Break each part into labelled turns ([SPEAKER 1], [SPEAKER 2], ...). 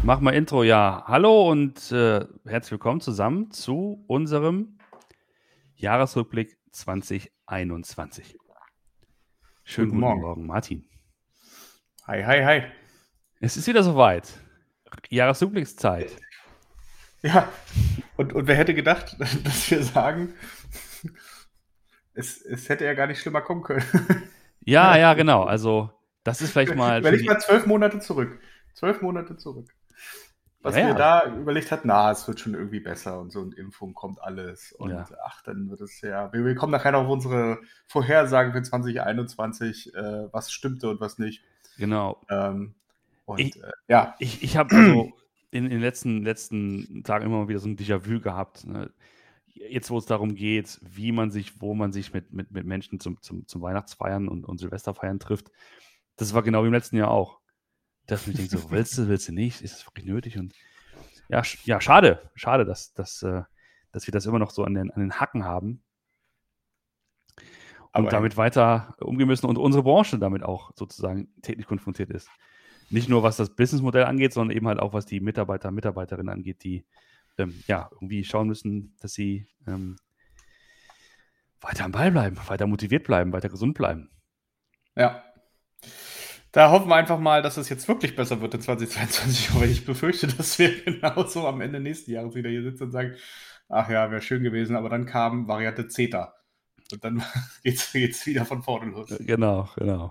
[SPEAKER 1] Mach mal Intro, ja. Hallo und herzlich willkommen zusammen zu unserem Jahresrückblick 2021. Schönen
[SPEAKER 2] Guten
[SPEAKER 1] guten
[SPEAKER 2] Morgen.
[SPEAKER 1] Morgen, Martin.
[SPEAKER 2] Hi, hi, hi.
[SPEAKER 1] Es ist wieder soweit. Jahresrückblickszeit.
[SPEAKER 2] Ja, und wer hätte gedacht, dass wir sagen, es hätte ja gar nicht schlimmer kommen können.
[SPEAKER 1] Ja, genau. Also, das ist vielleicht mal für
[SPEAKER 2] Überleg
[SPEAKER 1] die.
[SPEAKER 2] mal 12 Monate zurück. 12 Monate zurück.
[SPEAKER 1] Ja,
[SPEAKER 2] Was wir
[SPEAKER 1] ja.
[SPEAKER 2] da überlegt hatten, es wird schon irgendwie besser und so, und Impfung kommt alles.
[SPEAKER 1] Ja,
[SPEAKER 2] Und dann wird es ja. Wir kommen nachher noch auf unsere Vorhersagen für 2021, was stimmte und was nicht.
[SPEAKER 1] genau.
[SPEAKER 2] Ähm,
[SPEAKER 1] Ich,
[SPEAKER 2] ja.
[SPEAKER 1] ich habe also in den letzten Tagen immer mal wieder so ein Déjà-vu gehabt. Ne? Jetzt, wo es darum geht, wo man sich mit Menschen zum Weihnachtsfeiern und Silvesterfeiern trifft. Das war genau wie im letzten Jahr auch. Dass ich denke so, willst du nicht? Ist das wirklich nötig? Und ja, schade, dass wir das immer noch so an den Hacken haben und
[SPEAKER 2] Aber hey.
[SPEAKER 1] damit weiter umgehen müssen und unsere Branche damit auch sozusagen täglich konfrontiert ist. Nicht nur was das Businessmodell angeht, sondern eben halt auch was die Mitarbeiter, Mitarbeiterinnen angeht, die irgendwie schauen müssen, dass sie weiter am Ball bleiben, weiter motiviert bleiben, weiter gesund bleiben.
[SPEAKER 2] Ja. Da hoffen wir einfach mal, dass es jetzt wirklich besser wird in 2022, aber ich befürchte, dass wir genauso am Ende nächsten Jahres wieder hier sitzen und sagen, ach ja, wäre schön gewesen, aber dann kam Variante Zeta. Und dann geht's wieder von vorne los.
[SPEAKER 1] Genau.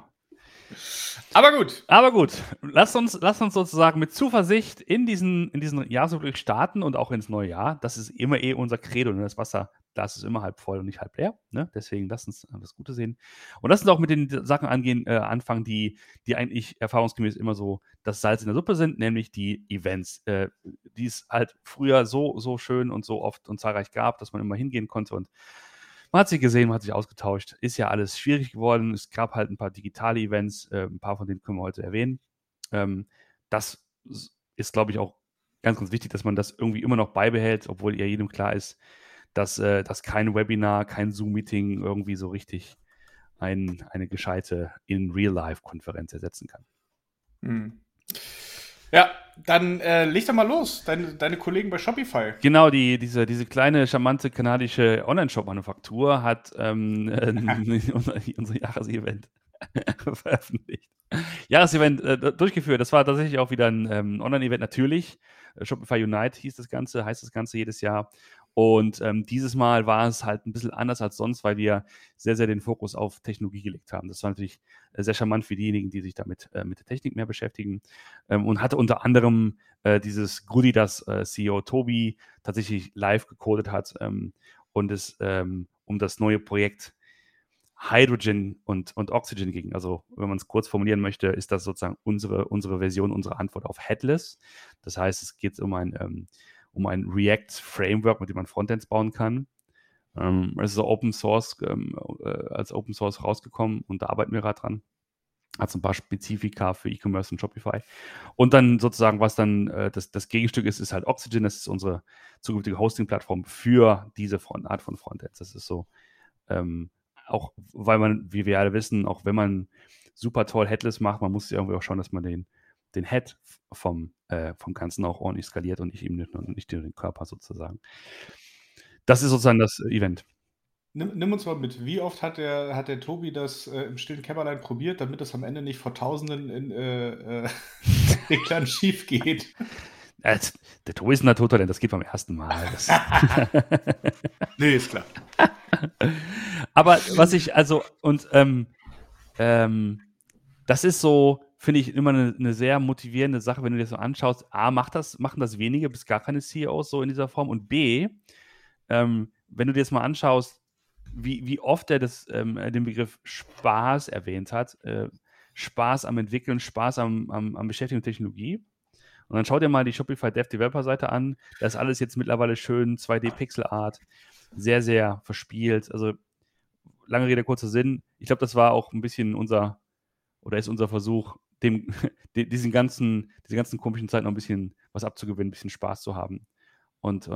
[SPEAKER 2] Aber gut.
[SPEAKER 1] Aber gut, lasst uns sozusagen mit Zuversicht in diesen Jahresrückblick starten und auch ins neue Jahr. Das ist immer unser Credo. Ne? Das Wasserglas ist immer halb voll und nicht halb leer. Ne? Deswegen lasst uns das Gute sehen. Und lasst uns auch mit den Sachen anfangen, die eigentlich erfahrungsgemäß immer so das Salz in der Suppe sind, nämlich die Events, die es halt früher so schön und so oft und zahlreich gab, dass man immer hingehen konnte und man hat sich gesehen, man hat sich ausgetauscht. Ist ja alles schwierig geworden. Es gab halt ein paar digitale Events. Ein paar von denen können wir heute erwähnen. Das ist, glaube ich, auch ganz wichtig, dass man das irgendwie immer noch beibehält, obwohl ja jedem klar ist, dass kein Webinar, kein Zoom-Meeting irgendwie so richtig eine gescheite In-Real-Life-Konferenz ersetzen kann.
[SPEAKER 2] Hm. Ja, dann leg doch mal los. Deine Kollegen bei Shopify.
[SPEAKER 1] Genau, diese kleine, charmante kanadische Online-Shop-Manufaktur hat unser Jahresevent veröffentlicht. Jahresevent durchgeführt. Das war tatsächlich auch wieder ein Online-Event, natürlich. Shopify Unite heißt das Ganze jedes Jahr. Und dieses Mal war es halt ein bisschen anders als sonst, weil wir sehr, sehr den Fokus auf Technologie gelegt haben. Das war natürlich sehr charmant für diejenigen, die sich damit mit der Technik mehr beschäftigen. Und hatte unter anderem dieses Goodie, das CEO Tobi tatsächlich live gecodet hat und es um das neue Projekt Hydrogen und Oxygen ging. Also, wenn man es kurz formulieren möchte, ist das sozusagen unsere Version, unsere Antwort auf Headless. Das heißt, es geht um ein React-Framework, mit dem man Frontends bauen kann. Es ist Open Source, als Open Source rausgekommen und da arbeiten wir gerade dran. Hat so ein paar Spezifika für E-Commerce und Shopify. Und dann sozusagen, was dann das Gegenstück ist halt Oxygen. Das ist unsere zukünftige Hosting-Plattform für diese Art von Frontends. Das ist so, auch weil man, wie wir alle wissen, auch wenn man super toll Headless macht, man muss irgendwie auch schauen, dass man den Head vom Ganzen auch ordentlich skaliert und nicht den Körper sozusagen. Das ist sozusagen das Event.
[SPEAKER 2] Nimm uns mal mit. Wie oft hat der Tobi das im stillen Kämmerlein probiert, damit es am Ende nicht vor Tausenden in Entwicklern schief geht?
[SPEAKER 1] Der Tobi ist ein Naturtalent, das geht beim ersten Mal.
[SPEAKER 2] Nee, ist klar.
[SPEAKER 1] Aber das ist so, finde ich, immer eine sehr motivierende Sache, wenn du dir das so anschaust. A, machen das wenige bis gar keine CEOs so in dieser Form. Und B, wenn du dir das mal anschaust, wie oft er den Begriff Spaß erwähnt hat, Spaß am Entwickeln, Spaß am Beschäftigen mit Technologie. Und dann schau dir mal die Shopify Dev Developer Seite an. Da ist alles jetzt mittlerweile schön 2D Pixel Art, sehr, sehr verspielt. Also lange Rede, kurzer Sinn. Ich glaube, das war auch ein bisschen unser Versuch, diese ganzen komischen Zeiten noch ein bisschen was abzugewinnen, ein bisschen Spaß zu haben und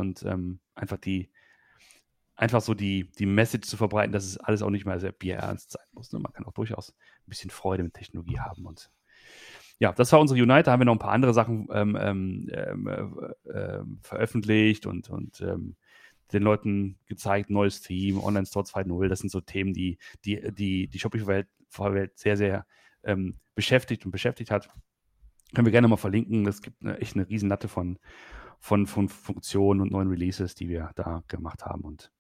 [SPEAKER 1] einfach so die Message zu verbreiten, dass es alles auch nicht mehr sehr bierernst sein muss. Ne? Man kann auch durchaus ein bisschen Freude mit Technologie haben und ja, das war unsere Unite. Da haben wir noch ein paar andere Sachen veröffentlicht und den Leuten gezeigt, neues Theme, Online-Store 2.0. Das sind so Themen, die Shopify-Welt sehr, sehr beschäftigt hat. Können wir gerne mal verlinken. Es gibt echt eine riesen Latte von Funktionen und neuen Releases, die wir da gemacht haben. Und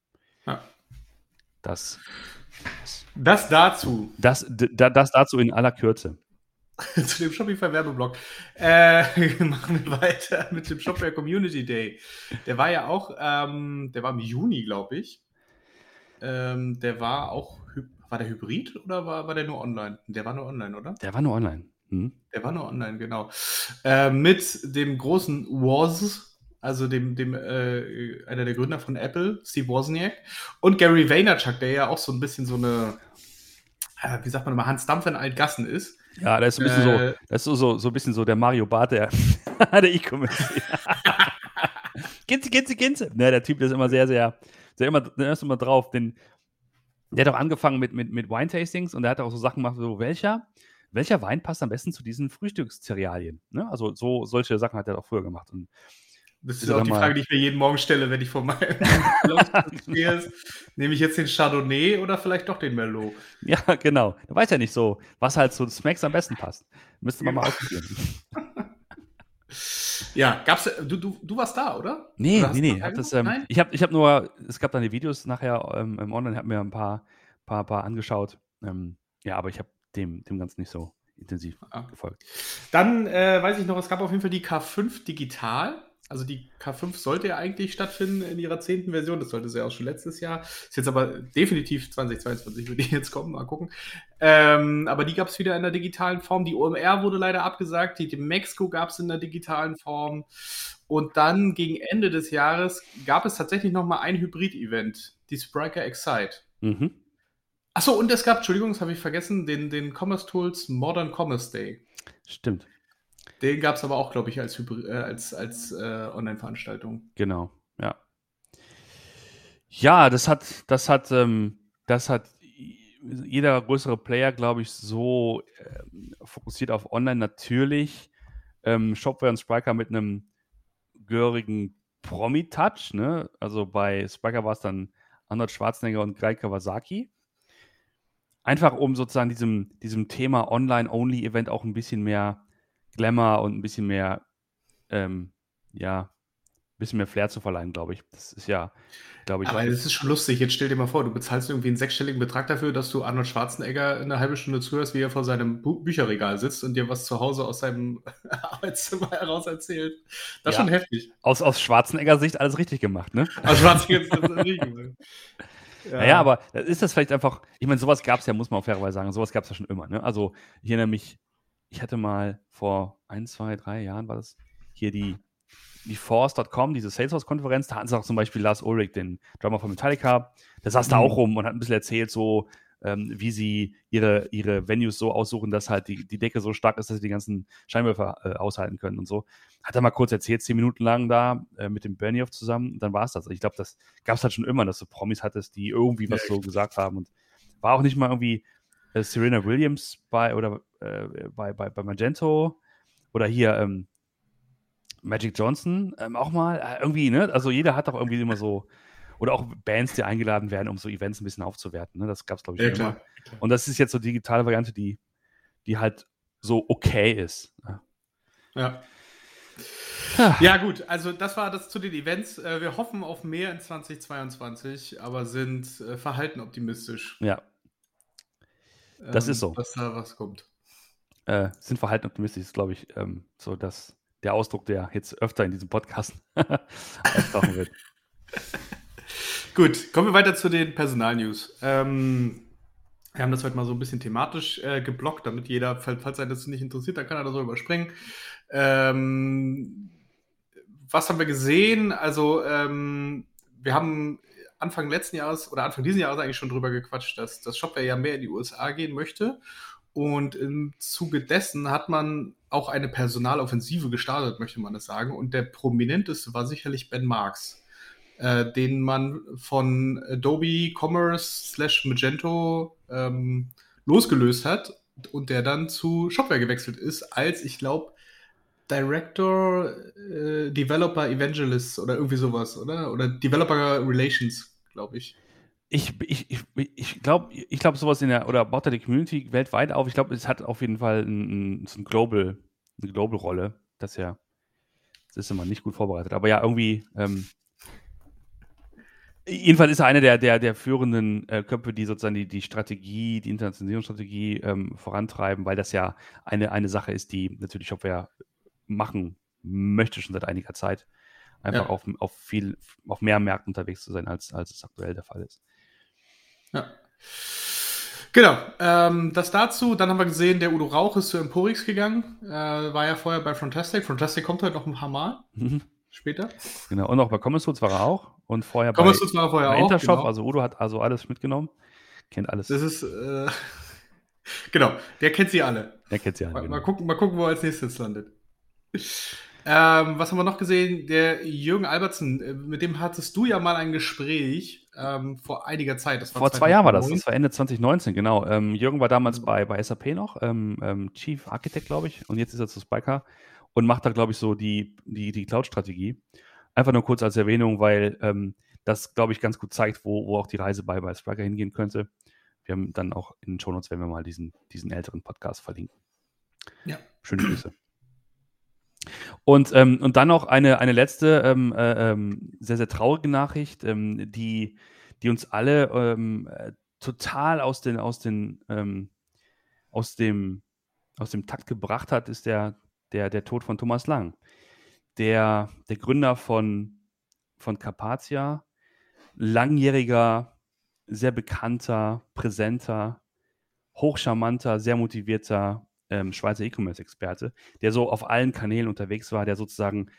[SPEAKER 1] das
[SPEAKER 2] dazu.
[SPEAKER 1] Das dazu in aller Kürze.
[SPEAKER 2] Zu dem Shopify-Werbeblock. Machen wir weiter mit dem Shopware Community Day. Der war ja auch, der war im Juni, glaube ich. Der war auch, war der Hybrid oder war der nur online? Der war nur online, oder?
[SPEAKER 1] Der war nur online.
[SPEAKER 2] Der war nur online, genau. Mit dem großen Woz, also einer der Gründer von Apple, Steve Wozniak, und Gary Vaynerchuk, der ja auch so ein bisschen so eine, wie sagt man immer, Hans Dampf in Altgassen ist.
[SPEAKER 1] Ja, das ist ein bisschen das ist so ein bisschen so der Mario Barth der E-Commerce. Ginze. Ne, der Typ, der ist immer der ist immer drauf. Der hat auch angefangen mit Wine-Tastings und der hat auch so Sachen gemacht, so welcher Wein passt am besten zu diesen Frühstückszerealien. Ne? Also solche Sachen hat er auch früher gemacht. Und
[SPEAKER 2] das ist auch die Frage, die ich mir jeden Morgen stelle, wenn ich vor meinem stehe. Nehme ich jetzt den Chardonnay oder vielleicht doch den Merlot?
[SPEAKER 1] Ja, genau. Da weiß ja nicht so, was halt zu Smacks am besten passt. Müsste man mal ausprobieren.
[SPEAKER 2] Ja, du warst da, oder?
[SPEAKER 1] Nee. Ich hab nur, es gab dann die Videos nachher im Online, habe mir ein paar angeschaut. Ja, aber ich habe dem Ganzen nicht so intensiv gefolgt.
[SPEAKER 2] Dann weiß ich noch, es gab auf jeden Fall die K5 digital. Also die K5 sollte ja eigentlich stattfinden in ihrer 10. Version. Das sollte sie ja auch schon letztes Jahr. Ist jetzt aber definitiv 2022, würde ich jetzt kommen. Mal gucken. Aber die gab es wieder in der digitalen Form. Die OMR wurde leider abgesagt. Die Demexco gab es in der digitalen Form. Und dann gegen Ende des Jahres gab es tatsächlich noch mal ein Hybrid-Event. Die Spryker Excite.
[SPEAKER 1] Mhm.
[SPEAKER 2] Achso, und es gab, Entschuldigung, das habe ich vergessen, den Commerce Tools Modern Commerce Day.
[SPEAKER 1] Stimmt. Den
[SPEAKER 2] gab es aber auch, glaube ich, als Online-Veranstaltung.
[SPEAKER 1] Genau, ja. Ja, das hat jeder größere Player, glaube ich, so fokussiert auf Online natürlich. Shopware und Spryker mit einem gehörigen Promi-Touch, ne? Also bei Spryker war es dann Arnold Schwarzenegger und Guy Kawasaki. Einfach um sozusagen diesem Thema Online-Only-Event auch ein bisschen mehr Glamour und ein bisschen mehr, ein bisschen mehr Flair zu verleihen, glaube ich. Das ist ja, glaube ich.
[SPEAKER 2] Aber das ist schon lustig. Jetzt stell dir mal vor, du bezahlst irgendwie einen 6-stelligen Betrag dafür, dass du Arnold Schwarzenegger eine halbe Stunde zuhörst, wie er vor seinem Bücherregal sitzt und dir was zu Hause aus seinem Arbeitszimmer heraus erzählt. Das ist schon heftig.
[SPEAKER 1] Aus Schwarzeneggers Sicht alles richtig gemacht, ne?
[SPEAKER 2] Aus Schwarzeneggers Sicht alles richtig gemacht.
[SPEAKER 1] Ja. Naja, aber ist das vielleicht einfach, ich meine, sowas gab es ja, muss man auch fairerweise sagen, sowas gab es ja schon immer, ne? Also ich erinnere mich, ich hatte mal vor 1, 2, 3 Jahren, war das hier die Force.com, diese Salesforce-Konferenz, da hatten sie auch zum Beispiel Lars Ulrich, den Drummer von Metallica, der saß da auch rum und hat ein bisschen erzählt, so wie sie ihre Venues so aussuchen, dass halt die Decke so stark ist, dass sie die ganzen Scheinwerfer aushalten können und so. Hat er mal kurz erzählt, 10 Minuten lang da mit dem Benioff zusammen und dann war es das. Ich glaube, das gab es halt schon immer, dass du Promis hattest, die irgendwie was so gesagt haben und war auch nicht mal irgendwie Serena Williams bei Magento oder hier Magic Johnson auch mal irgendwie, ne? Also jeder hat doch irgendwie immer so, oder auch Bands, die eingeladen werden, um so Events ein bisschen aufzuwerten, ne? Das gab es, glaube ich, immer. Und das ist jetzt so die digitale Variante, die halt so okay ist.
[SPEAKER 2] Ja. Ja, gut, also das war das zu den Events. Wir hoffen auf mehr in 2022, aber sind verhalten optimistisch.
[SPEAKER 1] Ja. Das ist so.
[SPEAKER 2] Dass da was kommt.
[SPEAKER 1] Sind verhalten optimistisch, ist, glaube ich, so der Ausdruck, der jetzt öfter in diesem Podcast auftauchen wird.
[SPEAKER 2] Gut, kommen wir weiter zu den Personalnews. Wir haben das heute mal so ein bisschen thematisch geblockt, damit jeder, falls einen das nicht interessiert, dann kann er das so überspringen. Was haben wir gesehen? Also, wir haben Anfang diesen Jahres eigentlich schon drüber gequatscht, dass das Shopware ja mehr in die USA gehen möchte. Und im Zuge dessen hat man auch eine Personaloffensive gestartet, möchte man das sagen. Und der prominenteste war sicherlich Ben Marks, den man von Adobe Commerce / Magento losgelöst hat und der dann zu Shopware gewechselt ist, als, ich glaube, Director, Developer Evangelist oder irgendwie sowas, oder? Oder Developer Relations, glaube ich.
[SPEAKER 1] Ich glaube sowas oder baut er die Community weltweit auf? Ich glaube, es hat auf jeden Fall so eine Global-Rolle. Das ist immer nicht gut vorbereitet. Aber ja, irgendwie, jedenfalls ist er einer der führenden Köpfe, die sozusagen die Strategie, die Internationalisierungsstrategie vorantreiben, weil das ja eine Sache ist, die natürlich Shopware machen möchte schon seit einiger Zeit. Einfach
[SPEAKER 2] Ja.
[SPEAKER 1] auf mehr Märkten unterwegs zu sein, als es aktuell der Fall ist.
[SPEAKER 2] Ja. Genau, das dazu. Dann haben wir gesehen, der Udo Rauch ist zu Emporix gegangen. War ja vorher bei Frontastic. Frontastic kommt halt noch ein paar Mal später.
[SPEAKER 1] Genau, und auch bei Commerce Tools war er auch. Und vorher
[SPEAKER 2] Commerce Tools war er vorher
[SPEAKER 1] bei
[SPEAKER 2] auch,
[SPEAKER 1] Intershop.
[SPEAKER 2] genau.
[SPEAKER 1] Also Udo hat also alles mitgenommen. Kennt alles.
[SPEAKER 2] Das ist, genau, der kennt sie alle.
[SPEAKER 1] Der kennt sie alle.
[SPEAKER 2] Mal gucken, wo er als nächstes landet. Was haben wir noch gesehen? Der Jürgen Albertsen, mit dem hattest du ja mal ein Gespräch vor einiger Zeit. Das war
[SPEAKER 1] Vor 2 Jahren war das.
[SPEAKER 2] 2009.
[SPEAKER 1] Das war Ende 2019, genau. Jürgen war damals bei SAP noch, Chief Architect, glaube ich. Und jetzt ist er zu Spryker und macht da, glaube ich, so die Cloud-Strategie. Einfach nur kurz als Erwähnung, weil das, glaube ich, ganz gut zeigt, wo auch die Reise bei Spryker hingehen könnte. Wir haben dann auch in den Shownotes, werden wir mal diesen älteren Podcast verlinken.
[SPEAKER 2] Ja.
[SPEAKER 1] Schöne Grüße. Und dann noch eine letzte, sehr, sehr traurige Nachricht, die uns alle total aus dem Takt gebracht hat, ist der Tod von Thomas Lang. Der Gründer von Carpathia, langjähriger, sehr bekannter, präsenter, hochcharmanter, sehr motivierter Schweizer E-Commerce-Experte, der so auf allen Kanälen unterwegs war, der sozusagen,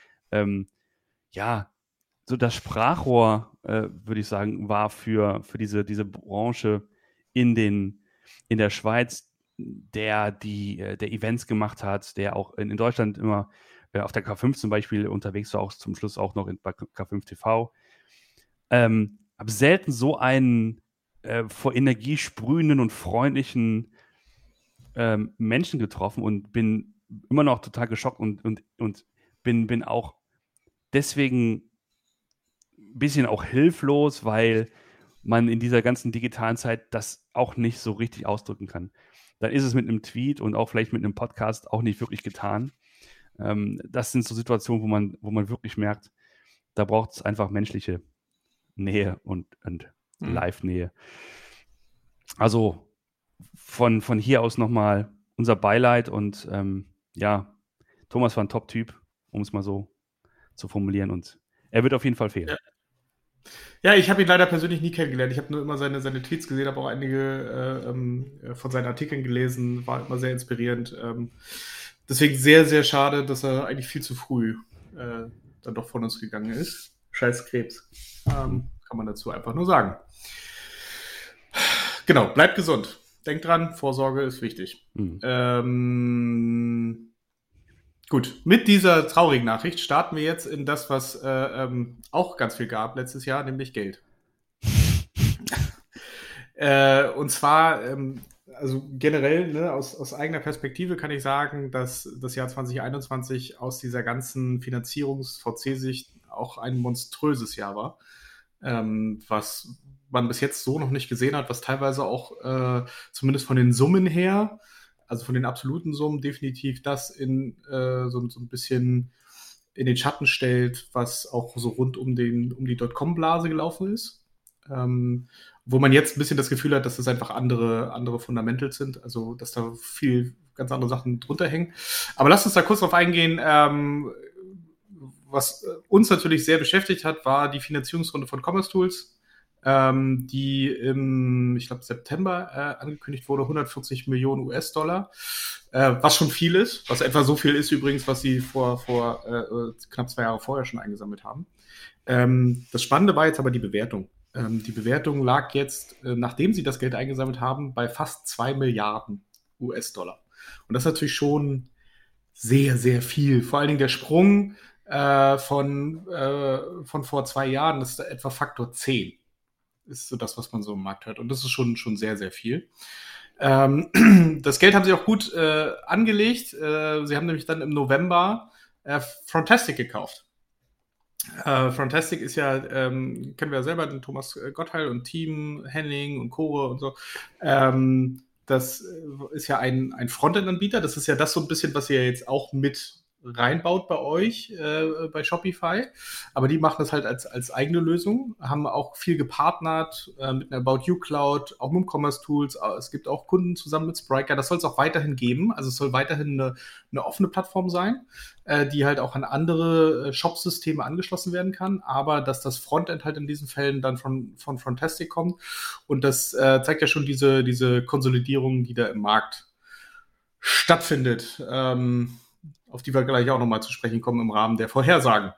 [SPEAKER 1] so das Sprachrohr, würde ich sagen, war für diese Branche in der Schweiz, der Events gemacht hat, der auch in Deutschland immer auf der K5 zum Beispiel unterwegs war, auch zum Schluss auch noch bei K5 TV. Habe selten so einen vor Energie sprühenden und freundlichen Menschen getroffen und bin immer noch total geschockt und bin auch deswegen ein bisschen auch hilflos, weil man in dieser ganzen digitalen Zeit das auch nicht so richtig ausdrücken kann. Dann ist es mit einem Tweet und auch vielleicht mit einem Podcast auch nicht wirklich getan. Das sind so Situationen, wo man wirklich merkt, da braucht es einfach menschliche Nähe und Live-Nähe. Also von hier aus nochmal unser Beileid und Thomas war ein Top-Typ, um es mal so zu formulieren, und er wird auf jeden Fall fehlen.
[SPEAKER 2] Ja, ich habe ihn leider persönlich nie kennengelernt. Ich habe nur immer seine Tweets gesehen, habe auch einige von seinen Artikeln gelesen, war immer sehr inspirierend. Deswegen sehr, sehr schade, dass er eigentlich viel zu früh dann doch von uns gegangen ist. Scheiß Krebs. Kann man dazu einfach nur sagen. Genau, bleibt gesund. Denkt dran, Vorsorge ist wichtig. Gut, mit dieser traurigen Nachricht starten wir jetzt in das, was auch ganz viel gab letztes Jahr, nämlich Geld. Und zwar, also generell, ne, aus eigener Perspektive kann ich sagen, dass das Jahr 2021 aus dieser ganzen Finanzierungs-VC-Sicht auch ein monströses Jahr war, was man bis jetzt so noch nicht gesehen hat, was teilweise auch zumindest von den Summen her, also von den absoluten Summen, definitiv das so ein bisschen in den Schatten stellt, was auch so rund um die Dotcom-Blase gelaufen ist. Wo man jetzt ein bisschen das Gefühl hat, dass das einfach andere Fundamentals sind, also dass da viel ganz andere Sachen drunter hängen. Aber lasst uns da kurz drauf eingehen. Was uns natürlich sehr beschäftigt hat, war die Finanzierungsrunde von Commerce Tools, die im, ich glaube, September angekündigt wurde, 140 Millionen US-Dollar, was schon viel ist, was etwa so viel ist übrigens, was sie vor knapp 2 Jahre vorher schon eingesammelt haben. Das Spannende war jetzt aber die Bewertung. Die Bewertung lag jetzt, nachdem sie das Geld eingesammelt haben, bei fast 2 Milliarden US-Dollar. Und das ist natürlich schon sehr, sehr viel. Vor allen Dingen der Sprung von vor 2 Jahren, das ist etwa Faktor 10. Ist so das, was man so im Markt hört. Und das ist schon sehr, sehr viel. Das Geld haben sie auch gut angelegt. Sie haben nämlich dann im November Frontastic gekauft. Frontastic ist ja, kennen wir ja selber, den Thomas Gottheil und Team, Henning und Core und so. Das ist ja ein Frontend-Anbieter. Das ist ja das so ein bisschen, was ihr jetzt auch mit reinbaut bei euch, bei Shopify. Aber die machen das halt als eigene Lösung, haben auch viel gepartnert mit einer About You Cloud, auch mit Commerce Tools. Es gibt auch Kunden zusammen mit Spryker. Das soll es auch weiterhin geben. Also es soll weiterhin eine offene Plattform sein, die halt auch an andere Shop-Systeme angeschlossen werden kann. Aber dass das Frontend halt in diesen Fällen dann von Frontastic kommt. Und das zeigt ja schon diese Konsolidierung, die da im Markt stattfindet. Auf die wir gleich auch nochmal zu sprechen kommen im Rahmen der Vorhersagen.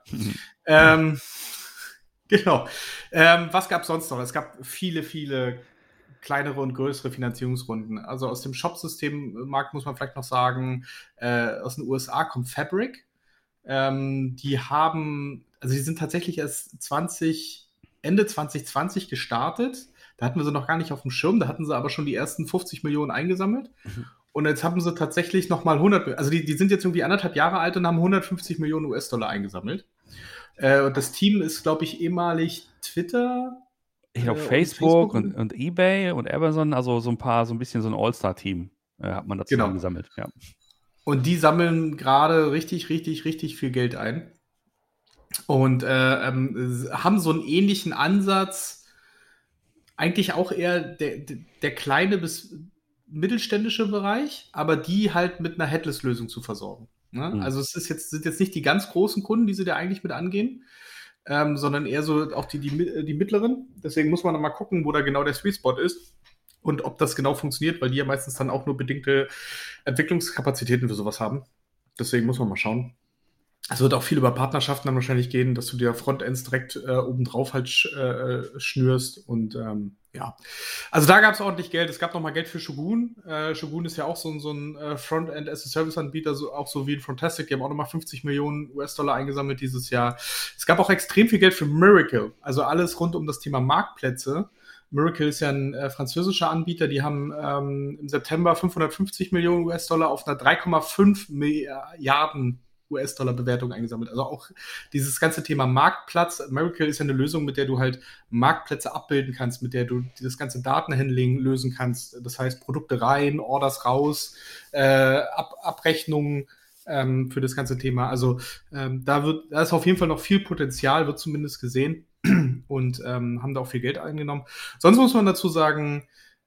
[SPEAKER 2] Genau. Was gab es sonst noch? Es gab viele, viele kleinere und größere Finanzierungsrunden. Also aus dem Shop-System-Markt muss man vielleicht noch sagen, aus den USA kommt Fabric. Die sind tatsächlich erst Ende 2020 gestartet. Da hatten wir sie noch gar nicht auf dem Schirm, da hatten sie aber schon die ersten 50 Millionen eingesammelt. Und jetzt haben sie tatsächlich nochmal 100, also die sind jetzt irgendwie 1,5 Jahre alt und haben 150 Millionen US-Dollar eingesammelt. Und das Team ist, glaube ich, ehemalig Twitter.
[SPEAKER 1] Ich glaube, Facebook und eBay und Amazon, also so ein bisschen so ein All-Star-Team hat man da zusammengesammelt. Ja.
[SPEAKER 2] Und die sammeln gerade richtig, richtig, richtig viel Geld ein. Und haben so einen ähnlichen Ansatz, eigentlich auch eher der kleine bis mittelständische Bereich, aber die halt mit einer Headless-Lösung zu versorgen. Ne? Also es sind jetzt nicht die ganz großen Kunden, die sie da eigentlich mit angehen, sondern eher so auch die mittleren. Deswegen muss man noch mal gucken, wo da genau der Sweet Spot ist und ob das genau funktioniert, weil die ja meistens dann auch nur bedingte Entwicklungskapazitäten für sowas haben. Deswegen muss man mal schauen. Es wird auch viel über Partnerschaften dann wahrscheinlich gehen, dass du dir Frontends direkt obendrauf halt schnürst und ja. Also da gab es ordentlich Geld. Es gab noch mal Geld für Shogun. Shogun ist ja auch so ein Frontend-as-a-Service-Anbieter, auch so wie ein Frontastic. Die haben auch noch mal 50 Millionen US-Dollar eingesammelt dieses Jahr. Es gab auch extrem viel Geld für Miracle. Also alles rund um das Thema Marktplätze. Miracle ist ja ein französischer Anbieter. Die haben im September 550 Millionen US-Dollar auf einer 3,5 Milliarden US-Dollar-Bewertung eingesammelt. Also auch dieses ganze Thema Marktplatz. Miracle ist ja eine Lösung, mit der du halt Marktplätze abbilden kannst, mit der du das ganze Datenhandling lösen kannst. Das heißt, Produkte rein, Orders raus, Abrechnungen für das ganze Thema. Also da ist auf jeden Fall noch viel Potenzial, wird zumindest gesehen und haben da auch viel Geld eingenommen. Sonst muss man dazu sagen,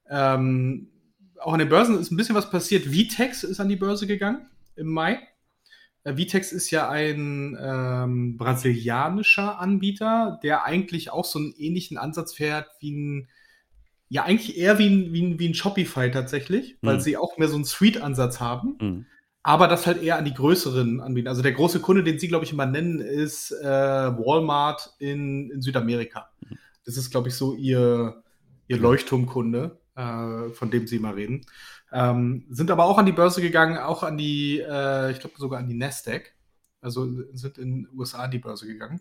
[SPEAKER 2] auch an den Börsen ist ein bisschen was passiert. VTEX ist an die Börse gegangen im Mai. VTEX ist ja ein brasilianischer Anbieter, der eigentlich auch so einen ähnlichen Ansatz fährt eigentlich eher wie ein Shopify tatsächlich, weil sie auch mehr so einen Suite-Ansatz haben, aber das halt eher an die größeren anbieten. Also der große Kunde, den sie, glaube ich, immer nennen, ist Walmart in Südamerika. Das ist, glaube ich, so ihr Leuchtturmkunde, von dem sie immer reden. Sind aber auch an die Börse gegangen, auch an die, ich glaube sogar an die Nasdaq. Also sind in den USA an die Börse gegangen.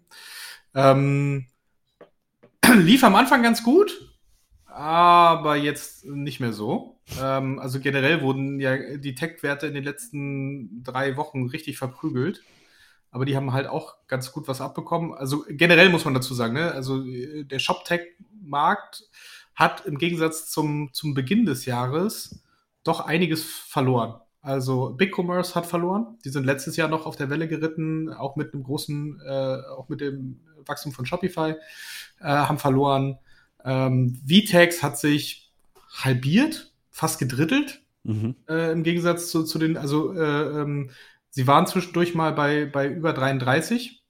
[SPEAKER 2] Lief am Anfang ganz gut, aber jetzt nicht mehr so. Also generell wurden ja die Tech-Werte in den letzten 3 Wochen richtig verprügelt. Aber die haben halt auch ganz gut was abbekommen. Also generell muss man dazu sagen, ne? Also der Shop-Tech-Markt hat im Gegensatz zum Beginn des Jahres doch einiges verloren. Also BigCommerce hat verloren. Die sind letztes Jahr noch auf der Welle geritten, auch mit einem großen, auch mit dem Wachstum von Shopify, haben verloren. VTEX hat sich halbiert, fast gedrittelt, im Gegensatz zu den, also sie waren zwischendurch mal bei über 33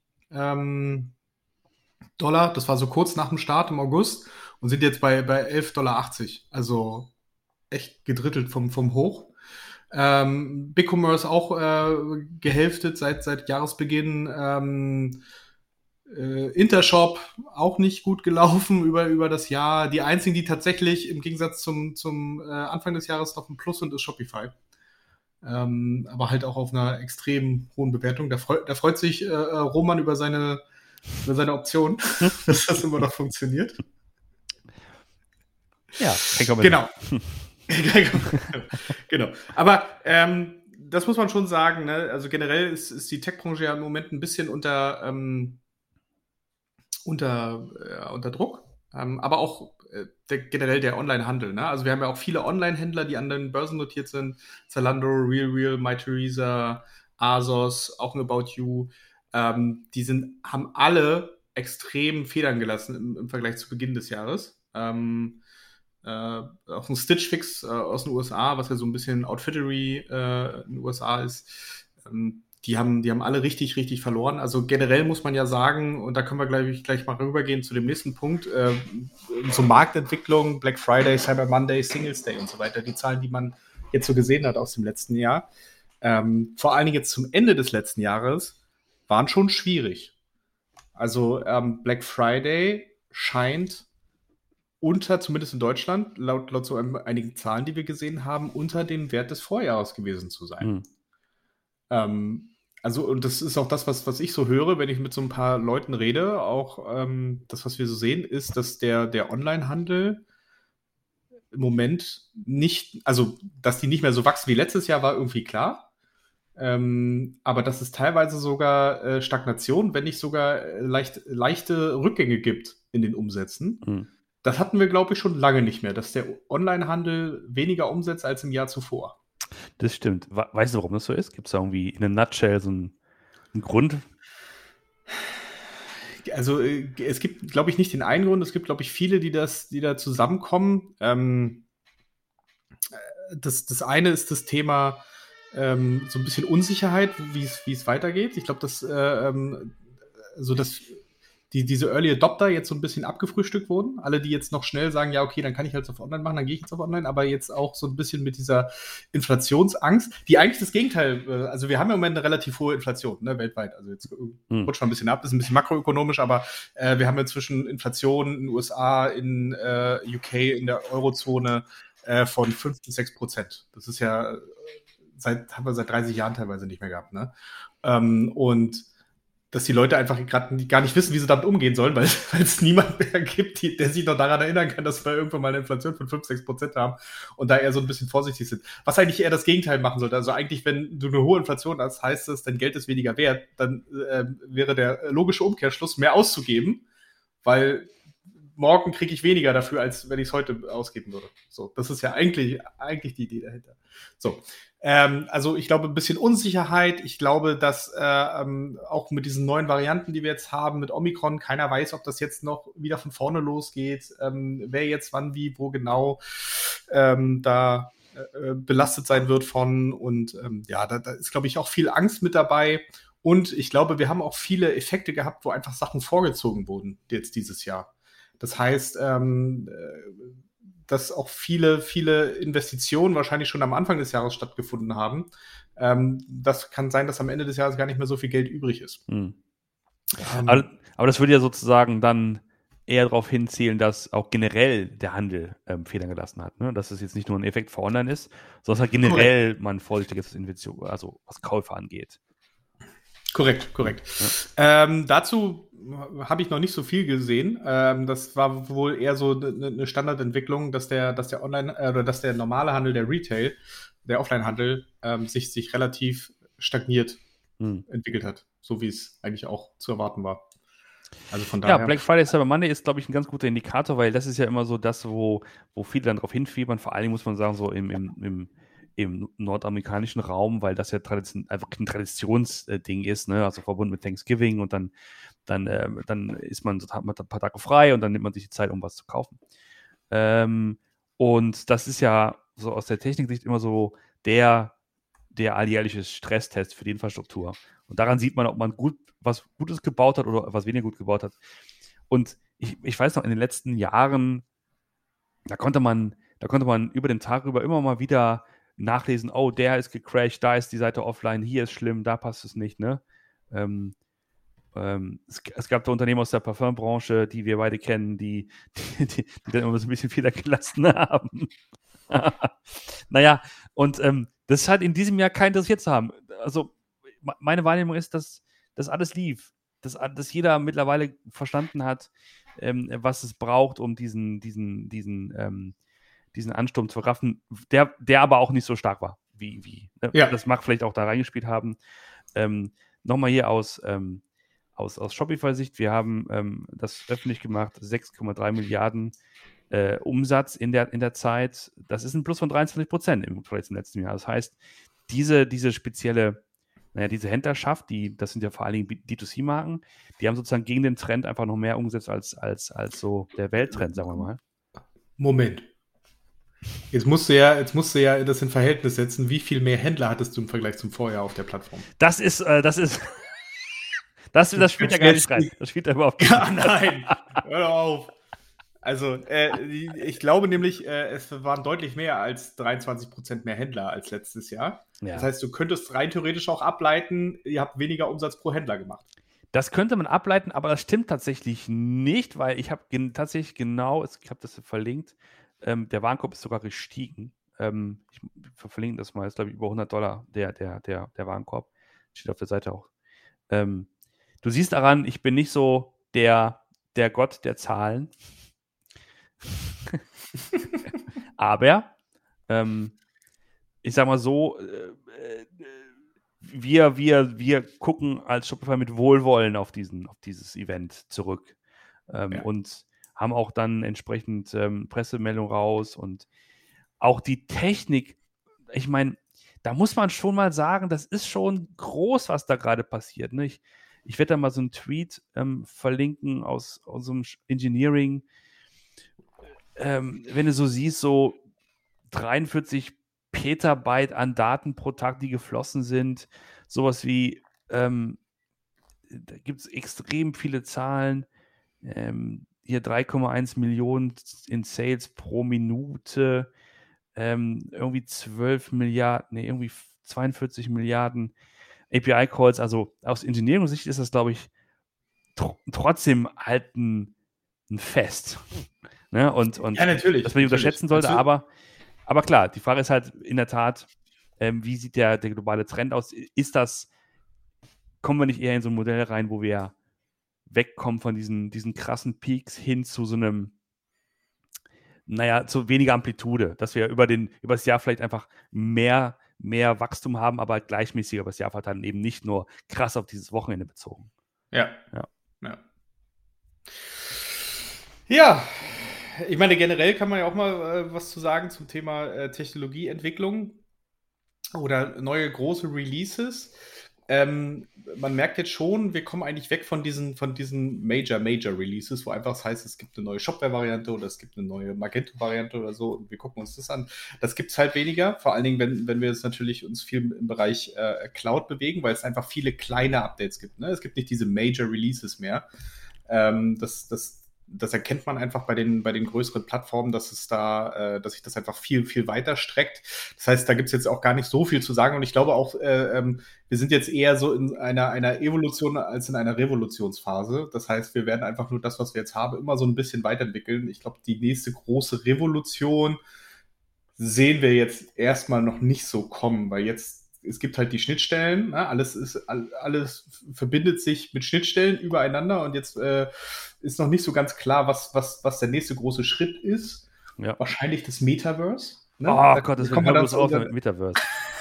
[SPEAKER 2] Dollar. Das war so kurz nach dem Start im August und sind jetzt bei 11,80 Dollar. Also echt gedrittelt vom Hoch. BigCommerce auch gehälftet seit Jahresbeginn. Intershop auch nicht gut gelaufen über das Jahr. Die einzigen, die tatsächlich im Gegensatz zum Anfang des Jahres noch ein Plus sind, ist Shopify. Aber halt auch auf einer extrem hohen Bewertung. Da freut sich Roman über seine Option, dass das immer noch funktioniert.
[SPEAKER 1] Ja,
[SPEAKER 2] genau. Genau. Aber das muss man schon sagen, ne? Also generell ist die Tech-Branche ja im Moment ein bisschen unter Druck. Aber auch generell der Online-Handel. Ne? Also wir haben ja auch viele Online-Händler, die an den Börsen notiert sind. Zalando, RealReal, MyTheresa, ASOS, auch ein About You. Haben alle extrem Federn gelassen im Vergleich zu Beginn des Jahres. Auch ein Stitch Fix aus den USA, was ja so ein bisschen Outfittery in den USA ist. Die haben alle richtig, richtig verloren. Also generell muss man ja sagen, und da können wir gleich mal rübergehen zu dem nächsten Punkt, so Marktentwicklung, Black Friday, Cyber Monday, Singles Day und so weiter, die Zahlen, die man jetzt so gesehen hat aus dem letzten Jahr, vor allen Dingen jetzt zum Ende des letzten Jahres, waren schon schwierig. Also Black Friday scheint zumindest in Deutschland, laut so einigen Zahlen, die wir gesehen haben, unter dem Wert des Vorjahres gewesen zu sein. Also, und das ist auch das, was ich so höre, wenn ich mit so ein paar Leuten rede, auch das, was wir so sehen, ist, dass der Onlinehandel im Moment nicht, also, dass die nicht mehr so wachsen wie letztes Jahr, war irgendwie klar. Aber dass es teilweise sogar Stagnation, wenn nicht sogar leichte Rückgänge gibt in den Umsätzen. Das hatten wir, glaube ich, schon lange nicht mehr, dass der Onlinehandel weniger umsetzt als im Jahr zuvor.
[SPEAKER 1] Das stimmt. Weißt du, warum das so ist? Gibt es da irgendwie in a nutshell so einen Grund?
[SPEAKER 2] Also es gibt, glaube ich, nicht den einen Grund. Es gibt, glaube ich, viele, die da zusammenkommen. Das eine ist das Thema so ein bisschen Unsicherheit, wie es weitergeht. Ich glaube, dass diese Early Adopter jetzt so ein bisschen abgefrühstückt wurden. Alle, die jetzt noch schnell sagen, ja, okay, dann kann ich halt auf Online machen, dann gehe ich jetzt auf Online, aber jetzt auch so ein bisschen mit dieser Inflationsangst, die eigentlich das Gegenteil, also wir haben im Moment eine relativ hohe Inflation, ne, weltweit. Also jetzt rutscht mal ein bisschen ab, ist ein bisschen makroökonomisch, aber wir haben inzwischen Inflation in den USA, in UK, in der Eurozone von 5-6%. Das ist ja haben wir seit 30 Jahren teilweise nicht mehr gehabt, ne? Und dass die Leute einfach gerade gar nicht wissen, wie sie damit umgehen sollen, weil es niemand mehr gibt, der sich noch daran erinnern kann, dass wir irgendwann mal eine Inflation von 5-6% haben und da eher so ein bisschen vorsichtig sind. Was eigentlich eher das Gegenteil machen sollte. Also eigentlich, wenn du eine hohe Inflation hast, heißt es, dein Geld ist weniger wert, dann wäre der logische Umkehrschluss, mehr auszugeben, weil morgen kriege ich weniger dafür, als wenn ich es heute ausgeben würde. So, das ist ja eigentlich die Idee dahinter. So, also ich glaube, ein bisschen Unsicherheit. Ich glaube, dass auch mit diesen neuen Varianten, die wir jetzt haben, mit Omikron, keiner weiß, ob das jetzt noch wieder von vorne losgeht, wer jetzt wann, wie, wo genau da belastet sein wird von. Und ja, da ist, glaube ich, auch viel Angst mit dabei. Und ich glaube, wir haben auch viele Effekte gehabt, wo einfach Sachen vorgezogen wurden jetzt dieses Jahr. Das heißt, dass auch viele Investitionen wahrscheinlich schon am Anfang des Jahres stattgefunden haben. Das kann sein, dass am Ende des Jahres gar nicht mehr so viel Geld übrig ist.
[SPEAKER 1] Aber das würde ja sozusagen dann eher darauf hinzielen, dass auch generell der Handel Federn gelassen hat. Ne? Dass es jetzt nicht nur ein Effekt für Online ist, sondern dass halt generell man vorsichtig ist, also was Käufe angeht.
[SPEAKER 2] Korrekt. Ja. Dazu habe ich noch nicht so viel gesehen. Das war wohl eher so eine Standardentwicklung, dass der Online oder dass der normale Handel, der Retail, der Offline-Handel sich relativ stagniert entwickelt hat, so wie es eigentlich auch zu erwarten war. Also von daher.
[SPEAKER 1] Ja, Black Friday, Cyber Monday ist, glaube ich, ein ganz guter Indikator, weil das ist ja immer so das, wo viele dann drauf hinfiebern. Vor allem muss man sagen, so im nordamerikanischen Raum, weil das ja einfach ein Traditionsding ist, ne? Also verbunden mit Thanksgiving und dann hat man ein paar Tage frei und dann nimmt man sich die Zeit, um was zu kaufen. Und das ist ja so aus der Techniksicht immer so der alljährliche Stresstest für die Infrastruktur. Und daran sieht man, ob man was Gutes gebaut hat oder was weniger gut gebaut hat. Und ich weiß noch, in den letzten Jahren, da konnte man über den Tag rüber immer mal wieder nachlesen, oh, der ist gecrashed, da ist die Seite offline, hier ist schlimm, da passt es nicht, ne? Es gab da Unternehmen aus der Parfumbranche, die wir beide kennen, die dann immer so ein bisschen Fehler gelassen haben. Naja, und das scheint in diesem Jahr keinen interessiert zu haben. Also meine Wahrnehmung ist, dass alles lief, dass jeder mittlerweile verstanden hat, was es braucht, um diesen Ansturm zu verraffen, der aber auch nicht so stark war, wie ne?
[SPEAKER 2] Ja.
[SPEAKER 1] Das mag vielleicht auch da reingespielt haben. Nochmal hier aus Shopify-Sicht, wir haben das öffentlich gemacht, 6,3 Milliarden Umsatz in der Zeit. Das ist ein Plus von 23% im Vergleich zum letzten Jahr. Das heißt, diese spezielle, diese Händlerschaft, das sind ja vor allen Dingen D2C-Marken, die haben sozusagen gegen den Trend einfach noch mehr umgesetzt als so der Welttrend, sagen wir mal.
[SPEAKER 2] Moment. Jetzt musst du ja das in Verhältnis setzen. Wie viel mehr Händler hattest du im Vergleich zum Vorjahr auf der Plattform?
[SPEAKER 1] Das spielt ja gar nicht rein. Das spielt ja überhaupt nicht rein.
[SPEAKER 2] Nein, hör auf. Also, ich glaube nämlich, es waren deutlich mehr als 23% mehr Händler als letztes Jahr.
[SPEAKER 1] Ja.
[SPEAKER 2] Das heißt, du könntest rein theoretisch auch ableiten, ihr habt weniger Umsatz pro Händler gemacht.
[SPEAKER 1] Das könnte man ableiten, aber das stimmt tatsächlich nicht, weil ich habe tatsächlich ich habe das verlinkt, der Warenkorb ist sogar gestiegen. Ich verlinke das mal, ist glaube ich über $100 der Warenkorb. Steht auf der Seite auch. Du siehst daran, ich bin nicht so der Gott der Zahlen. Aber ich sag mal so, wir gucken als Shopify mit Wohlwollen auf dieses Event zurück und haben auch dann entsprechend Pressemeldung raus und auch die Technik. Ich meine, da muss man schon mal sagen, das ist schon groß, was da gerade passiert. Ne? Ich werde da mal so einen Tweet verlinken aus unserem Engineering. Wenn du so siehst, so 43 Petabyte an Daten pro Tag, die geflossen sind, sowas wie, da gibt es extrem viele Zahlen, hier 3,1 Millionen in Sales pro Minute, irgendwie 12 Milliarden, irgendwie 42 Milliarden API-Calls, also aus Engineering-Sicht ist das, glaube ich, trotzdem halt ein Fest. Ne? Und
[SPEAKER 2] ja, natürlich.
[SPEAKER 1] dass man die unterschätzen sollte, aber klar, die Frage ist halt in der Tat, wie sieht der globale Trend aus? Kommen wir nicht eher in so ein Modell rein, wo wir wegkommen von diesen krassen Peaks hin zu so einem, zu weniger Amplitude, dass wir über das Jahr vielleicht einfach mehr Wachstum haben, aber gleichmäßiger über das Jahr verteilen, eben nicht nur krass auf dieses Wochenende bezogen.
[SPEAKER 2] Ja, ich meine, generell kann man ja auch mal was zu sagen zum Thema Technologieentwicklung oder neue große Releases. Man merkt jetzt schon, wir kommen eigentlich weg von diesen Major Releases, wo einfach das heißt, es gibt eine neue Shopware-Variante oder es gibt eine neue Magento-Variante oder so und wir gucken uns das an. Das gibt es halt weniger, vor allen Dingen, wenn wir jetzt natürlich uns viel im Bereich Cloud bewegen, weil es einfach viele kleine Updates gibt. Ne? Es gibt nicht diese Major Releases mehr. Das erkennt man einfach bei den größeren Plattformen, dass sich das einfach viel, viel weiter streckt. Das heißt, da gibt es jetzt auch gar nicht so viel zu sagen. Und ich glaube auch, wir sind jetzt eher so in einer Evolution als in einer Revolutionsphase. Das heißt, wir werden einfach nur das, was wir jetzt haben, immer so ein bisschen weiterentwickeln. Ich glaube, die nächste große Revolution sehen wir jetzt erstmal noch nicht so kommen, weil es gibt halt die Schnittstellen, ne? Alles verbindet sich mit Schnittstellen übereinander und jetzt ist noch nicht so ganz klar, was der nächste große Schritt ist.
[SPEAKER 1] Ja.
[SPEAKER 2] Wahrscheinlich das Metaverse. Ne?
[SPEAKER 1] Oh Gottes Willen, hör bloß auf mit Metaverse.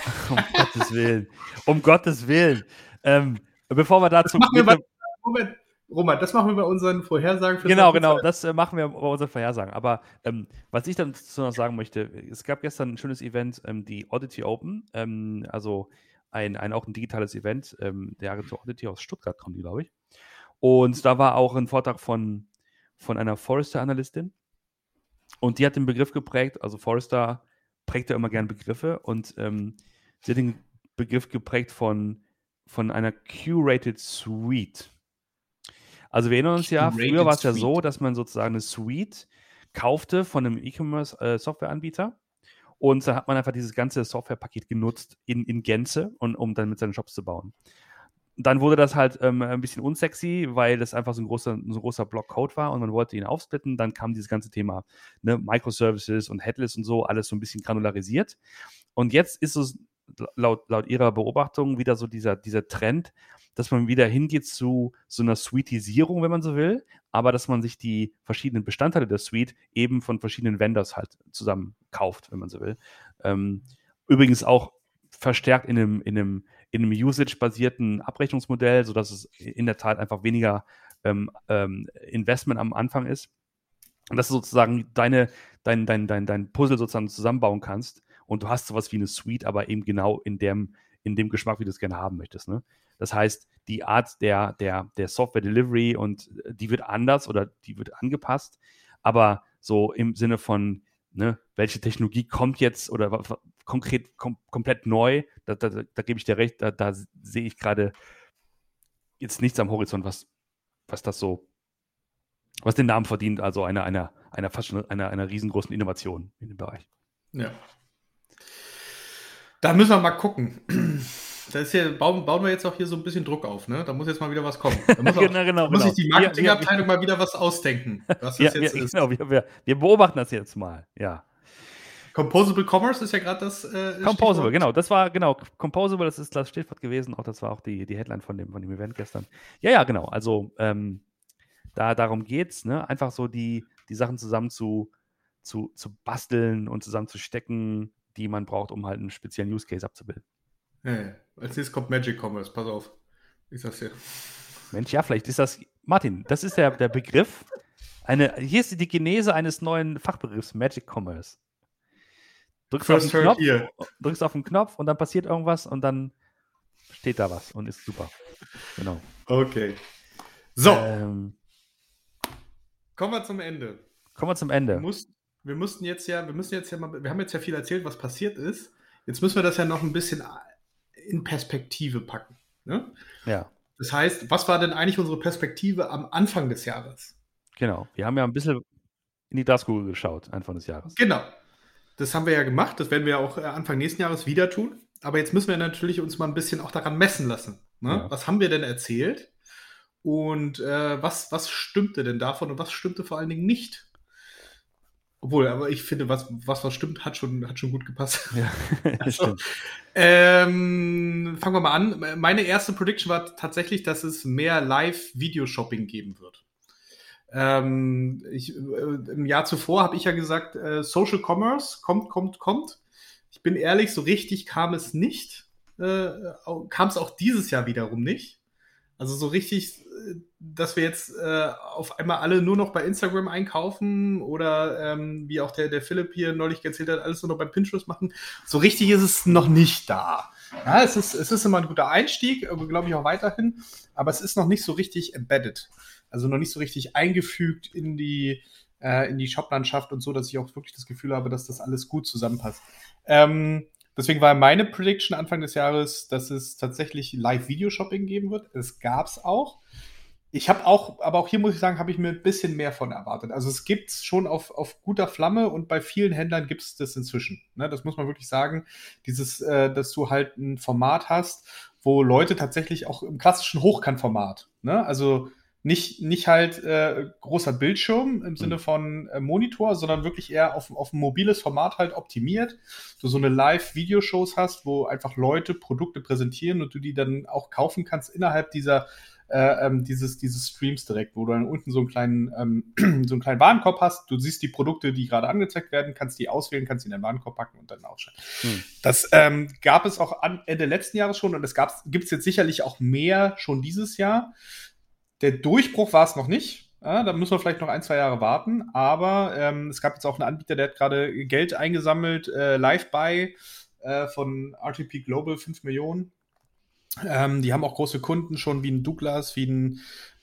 [SPEAKER 1] Um Gottes Willen. Bevor wir dazu...
[SPEAKER 2] Roman, das machen wir bei unseren Vorhersagen.
[SPEAKER 1] Genau, das machen wir bei unseren Vorhersagen. Aber was ich dann dazu noch sagen möchte, es gab gestern ein schönes Event, die Oddity Open, also auch ein digitales Event, der Agentur Oddity aus Stuttgart kommt die, glaube ich. Und da war auch ein Vortrag von einer Forrester-Analystin und die hat den Begriff geprägt, also Forrester prägt ja immer gerne Begriffe und sie hat den Begriff geprägt von einer Curated Suite. Also wir erinnern uns ja, früher war es ja so, dass man sozusagen eine Suite kaufte von einem E-Commerce-Softwareanbieter und dann hat man einfach dieses ganze Softwarepaket genutzt in Gänze, um dann mit seinen Shops zu bauen. Dann wurde das halt ein bisschen unsexy, weil das einfach so ein großer Block Code war und man wollte ihn aufsplitten. Dann kam dieses ganze Thema, ne, Microservices und Headless und so, alles so ein bisschen granularisiert. Und jetzt ist es laut ihrer Beobachtung wieder so dieser Trend, dass man wieder hingeht zu so einer Suitisierung, wenn man so will, aber dass man sich die verschiedenen Bestandteile der Suite eben von verschiedenen Vendors halt zusammen kauft, wenn man so will. Übrigens auch verstärkt in einem Usage-basierten Abrechnungsmodell, sodass es in der Tat einfach weniger Investment am Anfang ist. Und dass du sozusagen dein Puzzle sozusagen zusammenbauen kannst und du hast sowas wie eine Suite, aber eben genau in dem Geschmack, wie du es gerne haben möchtest. Ne? Das heißt, die Art der Software-Delivery und die wird anders oder die wird angepasst, aber so im Sinne von, ne, welche Technologie kommt jetzt oder konkret komplett neu, da gebe ich dir recht, da sehe ich gerade jetzt nichts am Horizont, was das so, was den Namen verdient, also einer fast schon einer riesengroßen Innovation in dem Bereich.
[SPEAKER 2] Ja. Da müssen wir mal gucken. Das ist ja, bauen wir jetzt auch hier so ein bisschen Druck auf, ne? Da muss jetzt mal wieder was kommen. Da muss, muss sich die Marketingabteilung mal wieder was ausdenken, was das jetzt ist.
[SPEAKER 1] Genau, wir beobachten das jetzt mal, ja.
[SPEAKER 2] Composable Commerce ist ja gerade das
[SPEAKER 1] Composable, Stichwort. Genau, das war, Composable, das ist das Stichwort gewesen, auch das war auch die Headline von dem Event gestern. Ja, genau, also darum geht's, ne? Einfach so die Sachen zusammen zu basteln und zusammen zu stecken, die man braucht, um halt einen speziellen Use Case abzubilden.
[SPEAKER 2] Ja, als nächstes kommt Magic Commerce, pass auf. Ich sag's dir.
[SPEAKER 1] Mensch, ja, vielleicht ist das, Martin, das ist der Begriff. Hier ist die Genese eines neuen Fachbegriffs, Magic Commerce. Drückst auf den Knopf und dann passiert irgendwas und dann steht da was und ist super. Genau.
[SPEAKER 2] Okay. So. Kommen wir zum Ende. Wir müssen jetzt ja mal, wir haben jetzt ja viel erzählt, was passiert ist. Jetzt müssen wir das ja noch ein bisschen in Perspektive packen. Ne?
[SPEAKER 1] Ja.
[SPEAKER 2] Das heißt, was war denn eigentlich unsere Perspektive am Anfang des Jahres?
[SPEAKER 1] Genau. Wir haben ja ein bisschen in die Glaskugel geschaut, Anfang des Jahres.
[SPEAKER 2] Genau. Das haben wir ja gemacht. Das werden wir auch Anfang nächsten Jahres wieder tun. Aber jetzt müssen wir natürlich uns mal ein bisschen auch daran messen lassen. Ne? Ja. Was haben wir denn erzählt? Und was stimmte denn davon und was stimmte vor allen Dingen nicht? Obwohl, aber ich finde, was stimmt, hat schon gut gepasst.
[SPEAKER 1] Ja,
[SPEAKER 2] also, fangen wir mal an. Meine erste Prediction war tatsächlich, dass es mehr Live-Video-Shopping geben wird. Im Jahr zuvor habe ich ja gesagt, Social Commerce kommt. Ich bin ehrlich, so richtig kam es nicht. Kam es auch dieses Jahr wiederum nicht. Also so richtig, dass wir jetzt auf einmal alle nur noch bei Instagram einkaufen oder wie auch der Philipp hier neulich erzählt hat, alles nur noch bei Pinterest machen. So richtig ist es noch nicht da. Ja, es ist immer ein guter Einstieg, glaube ich auch weiterhin, aber es ist noch nicht so richtig embedded. Also noch nicht so richtig eingefügt in die Shop-Landschaft und so, dass ich auch wirklich das Gefühl habe, dass das alles gut zusammenpasst. Deswegen war meine Prediction Anfang des Jahres, dass es tatsächlich Live-Video-Shopping geben wird. Es gab es auch. Aber auch hier muss ich sagen, habe ich mir ein bisschen mehr von erwartet. Also es gibt es schon auf guter Flamme und bei vielen Händlern gibt es das inzwischen. Ne, das muss man wirklich sagen. Dass du halt ein Format hast, wo Leute tatsächlich auch im klassischen Hochkantformat, ne, also nicht halt großer Bildschirm im Sinne von Monitor, sondern wirklich eher auf ein mobiles Format halt optimiert. Du so eine Live-Videoshows hast, wo einfach Leute Produkte präsentieren und du die dann auch kaufen kannst innerhalb dieses Streams direkt, wo du dann unten so einen kleinen Warenkorb hast. Du siehst die Produkte, die gerade angezeigt werden, kannst die auswählen, kannst die in den Warenkorb packen und dann ausschalten. Das gab es auch Ende letzten Jahres schon und gibt es jetzt sicherlich auch mehr schon dieses Jahr. Der Durchbruch war es noch nicht. Ja, da müssen wir vielleicht noch 1-2 Jahre warten. Aber es gab jetzt auch einen Anbieter, der hat gerade Geld eingesammelt, Live-Buy von RTP Global, 5 Millionen. Die haben auch große Kunden schon, wie ein Douglas, wie ein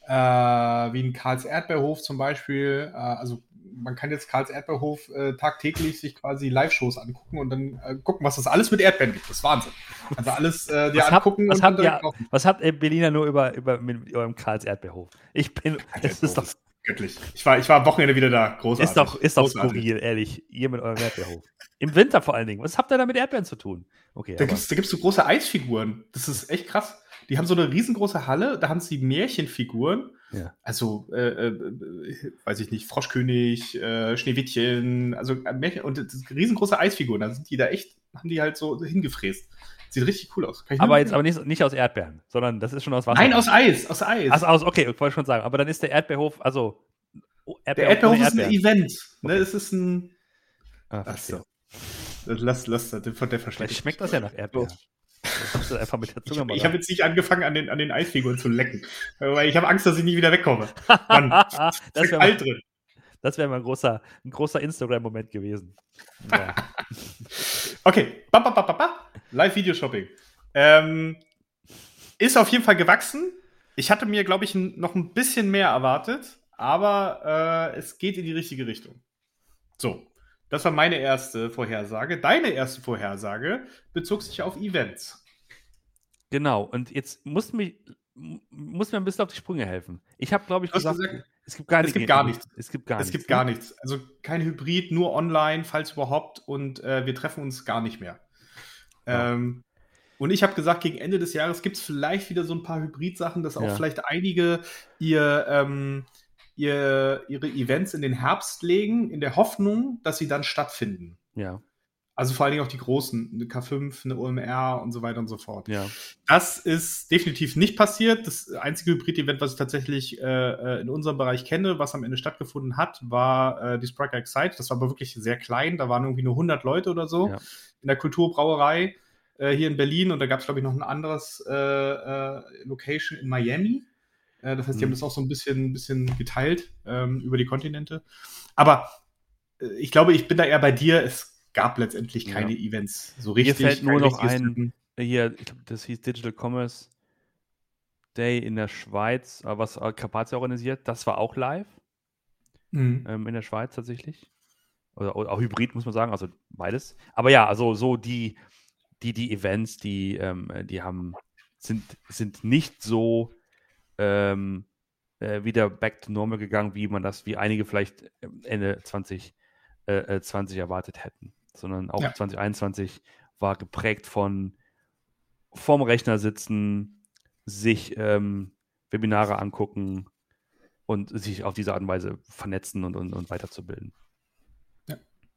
[SPEAKER 2] Karls Erdbeerhof zum Beispiel. Also man kann jetzt Karls Erdbeerhof tagtäglich sich quasi Live-Shows angucken und dann gucken, was das alles mit Erdbeeren gibt. Das ist Wahnsinn. Also alles dir angucken und dann kaufen.
[SPEAKER 1] Was habt ihr Berliner nur mit eurem Karls Erdbeerhof? Das ist doch
[SPEAKER 2] göttlich. Ich war am Wochenende wieder da. Großartig.
[SPEAKER 1] Ist doch skurril, ehrlich. Ihr mit eurem Erdbeerhof. Im Winter vor allen Dingen. Was habt ihr da mit Erdbeeren zu tun? Okay,
[SPEAKER 2] da gibt's so große Eisfiguren. Das ist echt krass. Die haben so eine riesengroße Halle, da haben sie Märchenfiguren.
[SPEAKER 1] Ja.
[SPEAKER 2] Also, weiß ich nicht, Froschkönig, Schneewittchen, also Märchen und riesengroße Eisfiguren. Da sind die da echt, haben die halt so hingefräst. Sieht richtig cool aus.
[SPEAKER 1] Aber nicht aus Erdbeeren, sondern das ist schon aus Wasser.
[SPEAKER 2] Nein, aus Eis. Aus Eis.
[SPEAKER 1] Okay, ich wollte schon sagen. Aber dann ist der Erdbeerhof, also
[SPEAKER 2] der Erdbeerhof ist ein Event. Ne?
[SPEAKER 1] Okay.
[SPEAKER 2] Es ist ein.
[SPEAKER 1] Achso.
[SPEAKER 2] Lass der versteht.
[SPEAKER 1] Vielleicht schmeckt das ja nach Erdbeeren. Einfach mit der Zunge
[SPEAKER 2] ich habe jetzt nicht angefangen, an den Eisfiguren zu lecken. Weil ich habe Angst, dass ich nie wieder wegkomme. Mann,
[SPEAKER 1] das wäre drin. Das wäre mal ein großer Instagram-Moment gewesen. Ja.
[SPEAKER 2] Okay. Live-Video-Shopping. Ist auf jeden Fall gewachsen. Ich hatte mir, glaube ich, noch ein bisschen mehr erwartet, aber es geht in die richtige Richtung. So, das war meine erste Vorhersage. Deine erste Vorhersage bezog sich auf Events.
[SPEAKER 1] Genau, und jetzt muss mir ein bisschen auf die Sprünge helfen. Ich habe, glaube ich, gesagt, es gibt gar nichts.
[SPEAKER 2] Es gibt gar nichts. Also kein Hybrid, nur online, falls überhaupt. Und wir treffen uns gar nicht mehr. Ja. Und ich habe gesagt, gegen Ende des Jahres gibt es vielleicht wieder so ein paar Hybrid-Sachen, dass auch vielleicht einige ihre Events in den Herbst legen, in der Hoffnung, dass sie dann stattfinden.
[SPEAKER 1] Ja.
[SPEAKER 2] Also vor allen Dingen auch die großen, eine K5, eine OMR und so weiter und so fort.
[SPEAKER 1] Ja.
[SPEAKER 2] Das ist definitiv nicht passiert. Das einzige Hybrid-Event, was ich tatsächlich in unserem Bereich kenne, was am Ende stattgefunden hat, war die Spriker Excite. Das war aber wirklich sehr klein. Da waren irgendwie nur 100 Leute oder so in der Kulturbrauerei hier in Berlin. Und da gab es, glaube ich, noch ein anderes Location in Miami. Das heißt, die haben das auch so ein bisschen geteilt über die Kontinente. Aber ich glaube, ich bin da eher bei dir. Es gab letztendlich keine Events so richtig.
[SPEAKER 1] Mir fällt nur noch ein, hier, ich glaube, das hieß Digital Commerce Day in der Schweiz, was Carpazia organisiert. Das war auch live in der Schweiz tatsächlich. Oder auch Hybrid, muss man sagen, also beides. Aber ja, also so die Events, die sind nicht so wieder back to normal gegangen, wie einige vielleicht Ende 2020 erwartet hätten. Sondern auch 2021 war geprägt von vorm Rechner sitzen, sich Webinare angucken und sich auf diese Art und Weise vernetzen und weiterzubilden.
[SPEAKER 2] Ja.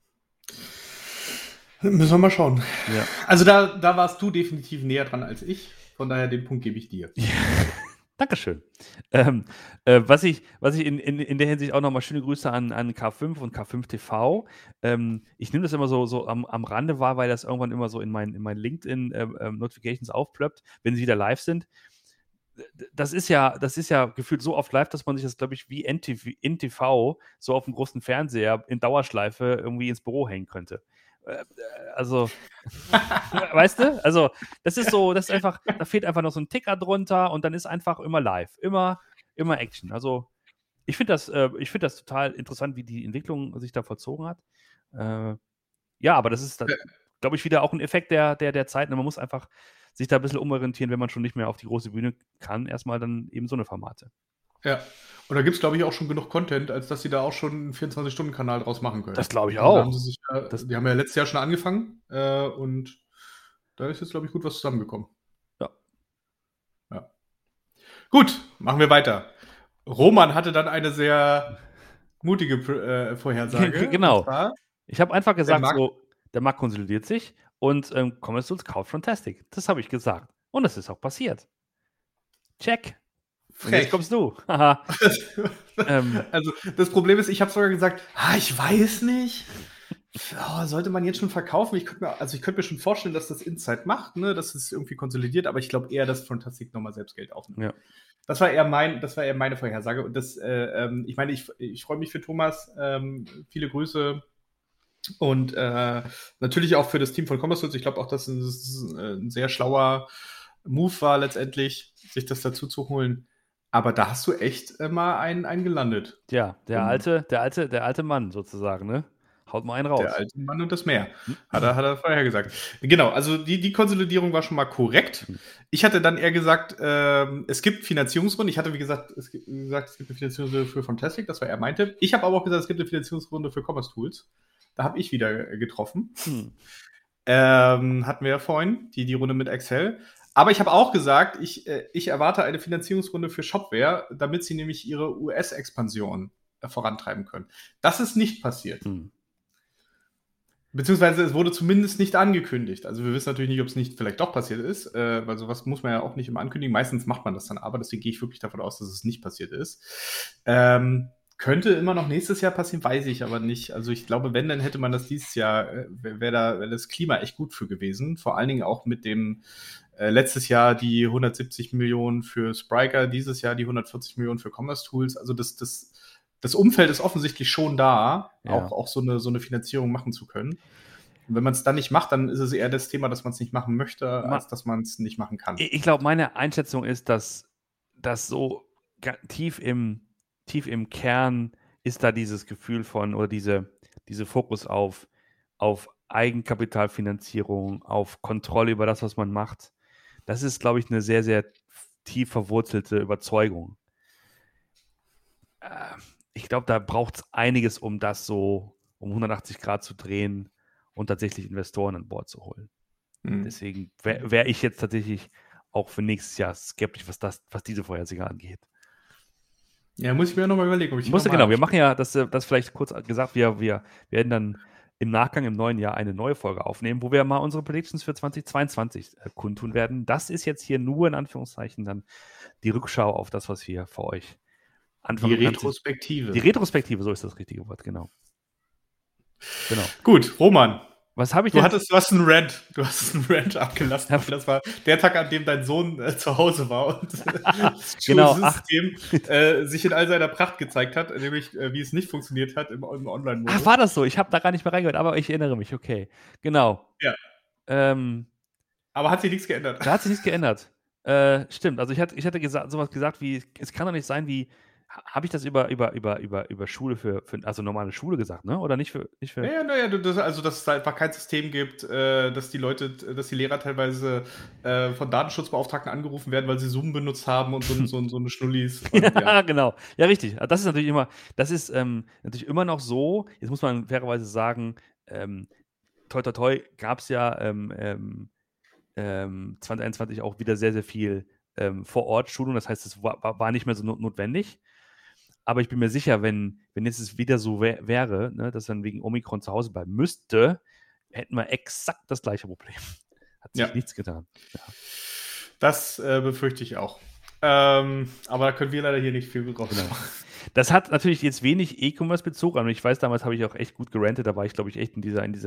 [SPEAKER 2] Müssen wir mal schauen.
[SPEAKER 1] Ja.
[SPEAKER 2] Also da warst du definitiv näher dran als ich. Von daher, den Punkt gebe ich dir.
[SPEAKER 1] Ja. Dankeschön. Was ich in der Hinsicht auch nochmal schöne Grüße an K5 und K5 TV. Ich nehme das immer so am Rande wahr, weil das irgendwann immer so in mein LinkedIn-Notifications aufplöppt, wenn sie wieder live sind. Das ist ja gefühlt so oft live, dass man sich das, glaube ich, wie NTV so auf dem großen Fernseher in Dauerschleife irgendwie ins Büro hängen könnte. Also, weißt du? Also, das ist einfach, da fehlt einfach noch so ein Ticker drunter und dann ist einfach immer live, immer Action. Also, ich finde das total interessant, wie die Entwicklung sich da vollzogen hat. Ja, aber das ist, glaube ich, wieder auch ein Effekt der Zeit. Man muss einfach sich da ein bisschen umorientieren, wenn man schon nicht mehr auf die große Bühne kann. Erstmal dann eben so eine Formate.
[SPEAKER 2] Ja, und da gibt es, glaube ich, auch schon genug Content, als dass sie da auch schon einen 24-Stunden-Kanal draus machen können.
[SPEAKER 1] Das glaube ich auch.
[SPEAKER 2] Die haben ja letztes Jahr schon angefangen und da ist jetzt, glaube ich, gut was zusammengekommen. Ja. Gut, machen wir weiter. Roman hatte dann eine sehr mutige Vorhersage.
[SPEAKER 1] Genau. Ich habe einfach gesagt, der Markt konsolidiert sich und Commerce Tools kauft Fantastic. Das habe ich gesagt. Und das ist auch passiert. Check. Und jetzt kommst du.
[SPEAKER 2] Also das Problem ist, ich habe sogar gesagt, ich weiß nicht. Sollte man jetzt schon verkaufen? Ich könnte mir schon vorstellen, dass das Insight macht, ne? Dass es irgendwie konsolidiert, aber ich glaube eher, dass Fantastic nochmal selbst Geld aufnimmt.
[SPEAKER 1] Ja.
[SPEAKER 2] Das war eher meine Vorhersage. Und das, ich meine, ich freue mich für Thomas. Viele Grüße. Und natürlich auch für das Team von Commerce Tools. Ich glaube auch, dass es ein sehr schlauer Move war, letztendlich, sich das dazu zu holen. Aber da hast du echt mal einen gelandet.
[SPEAKER 1] Ja, der alte Mann sozusagen, ne? Haut mal einen raus.
[SPEAKER 2] Der alte Mann und das Meer. Hat er vorher gesagt. Genau, also die Konsolidierung war schon mal korrekt. Ich hatte dann eher gesagt, es gibt Finanzierungsrunden. Ich hatte, wie gesagt, es gibt eine Finanzierungsrunde für Fantastic, das war er meinte. Ich habe aber auch gesagt, es gibt eine Finanzierungsrunde für Commerce Tools. Da habe ich wieder getroffen. Hatten wir ja vorhin, die Runde mit Excel. Aber ich habe auch gesagt, ich erwarte eine Finanzierungsrunde für Shopware, damit sie nämlich ihre US-Expansion vorantreiben können. Das ist nicht passiert. Beziehungsweise es wurde zumindest nicht angekündigt. Also wir wissen natürlich nicht, ob es nicht vielleicht doch passiert ist, weil sowas muss man ja auch nicht immer ankündigen. Meistens macht man das dann aber, deswegen gehe ich wirklich davon aus, dass es nicht passiert ist. Könnte immer noch nächstes Jahr passieren, weiß ich aber nicht. Also ich glaube, wenn, dann hätte man das dieses Jahr, wäre das Klima echt gut für gewesen. Vor allen Dingen auch mit dem letztes Jahr die 170 Millionen für Spryker, dieses Jahr die 140 Millionen für Commerce Tools. Also das Umfeld ist offensichtlich schon da,
[SPEAKER 1] Ja.
[SPEAKER 2] auch so eine Finanzierung machen zu können. Und wenn man es dann nicht macht, dann ist es eher das Thema, dass man es nicht machen möchte, als dass man es nicht machen kann.
[SPEAKER 1] Ich glaube, meine Einschätzung ist, dass das so tief im Kern ist da dieses Gefühl von oder diese Fokus auf Eigenkapitalfinanzierung, auf Kontrolle über das, was man macht. Das ist, glaube ich, eine sehr, sehr tief verwurzelte Überzeugung. Ich glaube, da braucht es einiges, um das so um 180 Grad zu drehen und tatsächlich Investoren an Bord zu holen. Deswegen wäre ich jetzt tatsächlich auch für nächstes Jahr skeptisch, was diese Vorhersage angeht.
[SPEAKER 2] Ja, muss ich mir nochmal überlegen, ob ich
[SPEAKER 1] Genau, wir machen ja, das vielleicht kurz gesagt, wir werden dann im Nachgang im neuen Jahr eine neue Folge aufnehmen, wo wir mal unsere Predictions für 2022 kundtun werden. Das ist jetzt hier nur in Anführungszeichen dann die Rückschau auf das, was wir für euch anfangen.
[SPEAKER 2] Die Retrospektive.
[SPEAKER 1] Die Retrospektive, so ist das richtige Wort, genau.
[SPEAKER 2] Gut, Roman.
[SPEAKER 1] Was habe ich
[SPEAKER 2] denn? Du hast einen Rant abgelassen. Das war der Tag, an dem dein Sohn zu Hause war und das Schulsystem sich in all seiner Pracht gezeigt hat, nämlich wie es nicht funktioniert hat im Online-Modus.
[SPEAKER 1] Ach, war das so? Ich habe da gar nicht mehr reingehört, aber ich erinnere mich, okay. Genau.
[SPEAKER 2] Ja. Aber hat sich nichts geändert.
[SPEAKER 1] Da hat sich nichts geändert. Stimmt, also ich hatte sowas gesagt wie, es kann doch nicht sein wie, habe ich das über Schule für also normale Schule gesagt, ne? Oder nicht für?
[SPEAKER 2] Naja, dass es da einfach kein System gibt, dass die Lehrer teilweise von Datenschutzbeauftragten angerufen werden, weil sie Zoom benutzt haben und so eine Schnullis. Und,
[SPEAKER 1] ja, genau. Ja, richtig. Das ist natürlich natürlich immer noch so, jetzt muss man fairerweise sagen, toi toi toi gab es ja 2021 auch wieder sehr, sehr viel Vor-Ort-Schulung, das heißt, es war nicht mehr so notwendig. Aber ich bin mir sicher, wenn jetzt es wieder so wäre, ne, dass dann wegen Omikron zu Hause bleiben müsste, hätten wir exakt das gleiche Problem. Hat sich nichts getan. Ja.
[SPEAKER 2] Das befürchte ich auch. Aber da können wir leider hier nicht viel drauf machen.
[SPEAKER 1] Das hat natürlich jetzt wenig E-Commerce-Bezug, aber ich weiß, damals habe ich auch echt gut gerantet, da war ich, glaube ich, echt in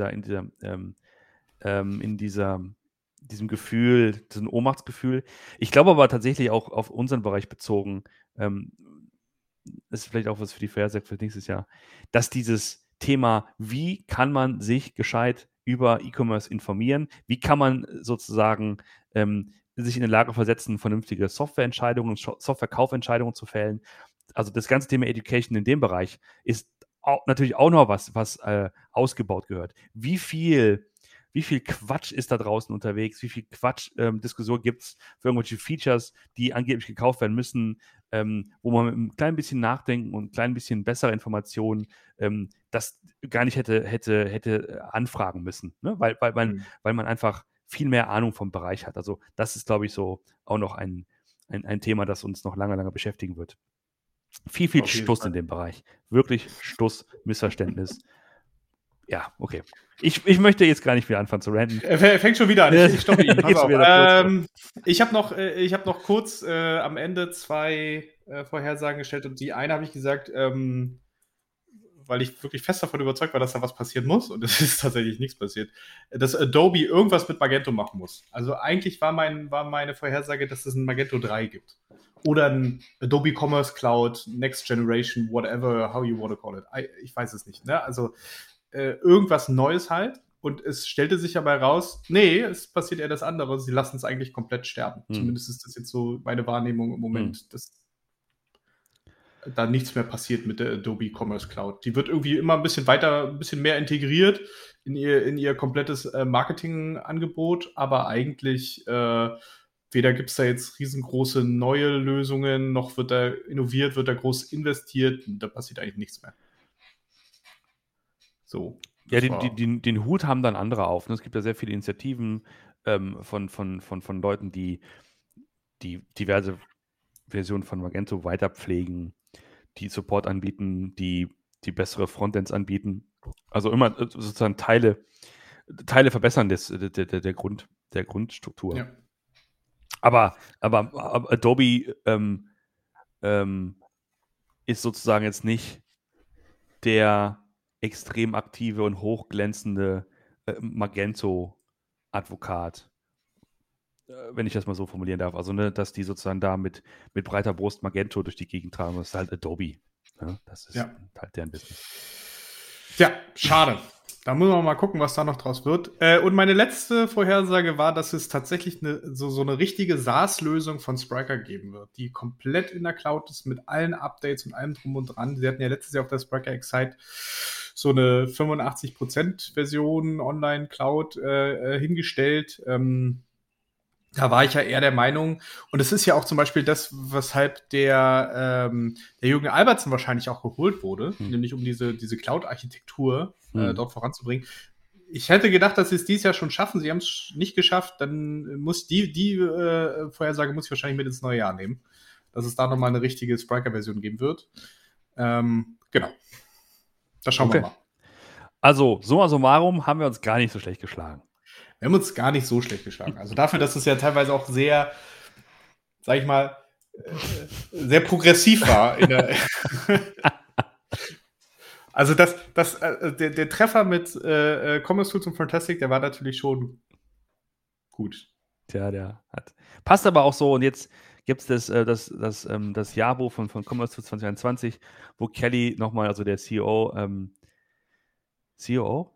[SPEAKER 1] diesem Gefühl, diesem Ohnmachtsgefühl. Ich glaube aber tatsächlich auch auf unseren Bereich bezogen, das ist vielleicht auch was für die Vorhersage für nächstes Jahr, dass dieses Thema, wie kann man sich gescheit über E-Commerce informieren, wie kann man sozusagen sich in die Lage versetzen, vernünftige Softwareentscheidungen, Softwarekaufentscheidungen zu fällen. Also das ganze Thema Education in dem Bereich ist natürlich auch noch was ausgebaut gehört. Wie viel Quatsch ist da draußen unterwegs? Wie viel Quatsch-Diskussion gibt es für irgendwelche Features, die angeblich gekauft werden müssen, wo man mit einem kleinen bisschen Nachdenken und ein klein bisschen bessere Informationen das gar nicht hätte anfragen müssen, ne? weil man einfach viel mehr Ahnung vom Bereich hat. Also das ist, glaube ich, so auch noch ein Thema, das uns noch lange beschäftigen wird. Viel Stuss in dem Bereich. Wirklich Stuss, Missverständnis. Ja, okay. Ich möchte jetzt gar nicht wieder anfangen zu ranten.
[SPEAKER 2] Er fängt schon wieder an. Ich stoppe ihn. Pass auf. Ich habe noch kurz am Ende 2 Vorhersagen gestellt und die eine habe ich gesagt, weil ich wirklich fest davon überzeugt war, dass da was passieren muss und es ist tatsächlich nichts passiert, dass Adobe irgendwas mit Magento machen muss. Also eigentlich war meine Vorhersage, dass es ein Magento 3 gibt. Oder ein Adobe Commerce Cloud, Next Generation, whatever, how you want to call it. Ich weiß es nicht. Ne? Also irgendwas Neues halt. Und es stellte sich dabei raus, nee, es passiert eher das andere. Sie lassen es eigentlich komplett sterben. Zumindest ist das jetzt so meine Wahrnehmung im Moment, dass da nichts mehr passiert mit der Adobe Commerce Cloud. Die wird irgendwie immer ein bisschen mehr integriert in ihr komplettes Marketingangebot, aber eigentlich weder gibt es da jetzt riesengroße neue Lösungen, noch wird da innoviert, wird da groß investiert, da passiert eigentlich nichts mehr. So.
[SPEAKER 1] Ja, den Hut haben dann andere auf. Ne? Es gibt ja sehr viele Initiativen von Leuten, die diverse Versionen von Magento weiterpflegen, die Support anbieten, die die bessere Frontends anbieten. Also immer sozusagen Teile verbessern der Grundstruktur.
[SPEAKER 2] Ja.
[SPEAKER 1] Aber Adobe ist sozusagen jetzt nicht der extrem aktive und hochglänzende Magento-Advokat, wenn ich das mal so formulieren darf. Also, ne, dass die sozusagen da mit breiter Brust Magento durch die Gegend tragen. Das ist halt Adobe. Ne? Das ist halt deren Business.
[SPEAKER 2] Ja, schade. Da müssen wir mal gucken, was da noch draus wird. Und meine letzte Vorhersage war, dass es tatsächlich so eine richtige SaaS-Lösung von Spryker geben wird, die komplett in der Cloud ist, mit allen Updates und allem drum und dran. Sie hatten ja letztes Jahr auf der Spryker Excite so eine 85%-Version Online-Cloud hingestellt. Da war ich ja eher der Meinung, und es ist ja auch zum Beispiel das, weshalb der Jürgen Albertsen wahrscheinlich auch geholt wurde, nämlich um diese Cloud-Architektur dort voranzubringen. Ich hätte gedacht, dass sie es dieses Jahr schon schaffen. Sie haben es nicht geschafft. Dann muss die Vorhersage muss ich wahrscheinlich mit ins neue Jahr nehmen, dass es da nochmal eine richtige Spryker-Version geben wird. Genau. Das schauen wir mal.
[SPEAKER 1] Also, summa summarum haben wir uns gar nicht so schlecht geschlagen.
[SPEAKER 2] Wir haben uns gar nicht so schlecht geschlagen. Also dafür, dass es ja teilweise auch sehr, sag ich mal, sehr progressiv war. Also der Treffer mit Commerce Tools und Fantastic, der war natürlich schon gut.
[SPEAKER 1] Tja, der hat. Passt aber auch so, und jetzt gibt es das Jahrbuch von Commerce Tools 2021, wo Kelly nochmal, also der CEO, CPO,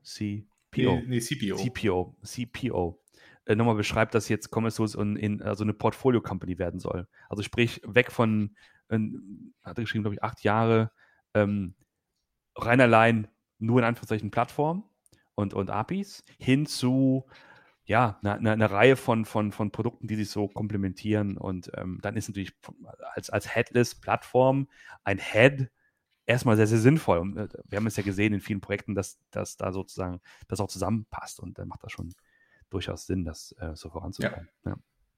[SPEAKER 1] nochmal beschreibt, dass jetzt Commerce Tools also eine Portfolio-Company werden soll. Also sprich, weg von, hat er geschrieben, glaube ich, 8 Jahre, rein allein nur in Anführungszeichen Plattform und APIs, hin zu eine Reihe von Produkten, die sich so komplementieren. Und dann ist natürlich als Headless-Plattform ein Head erstmal sehr, sehr sinnvoll. Und wir haben es ja gesehen in vielen Projekten, dass da sozusagen das auch zusammenpasst. Und dann macht das schon durchaus Sinn, das so voranzutreiben. Ja.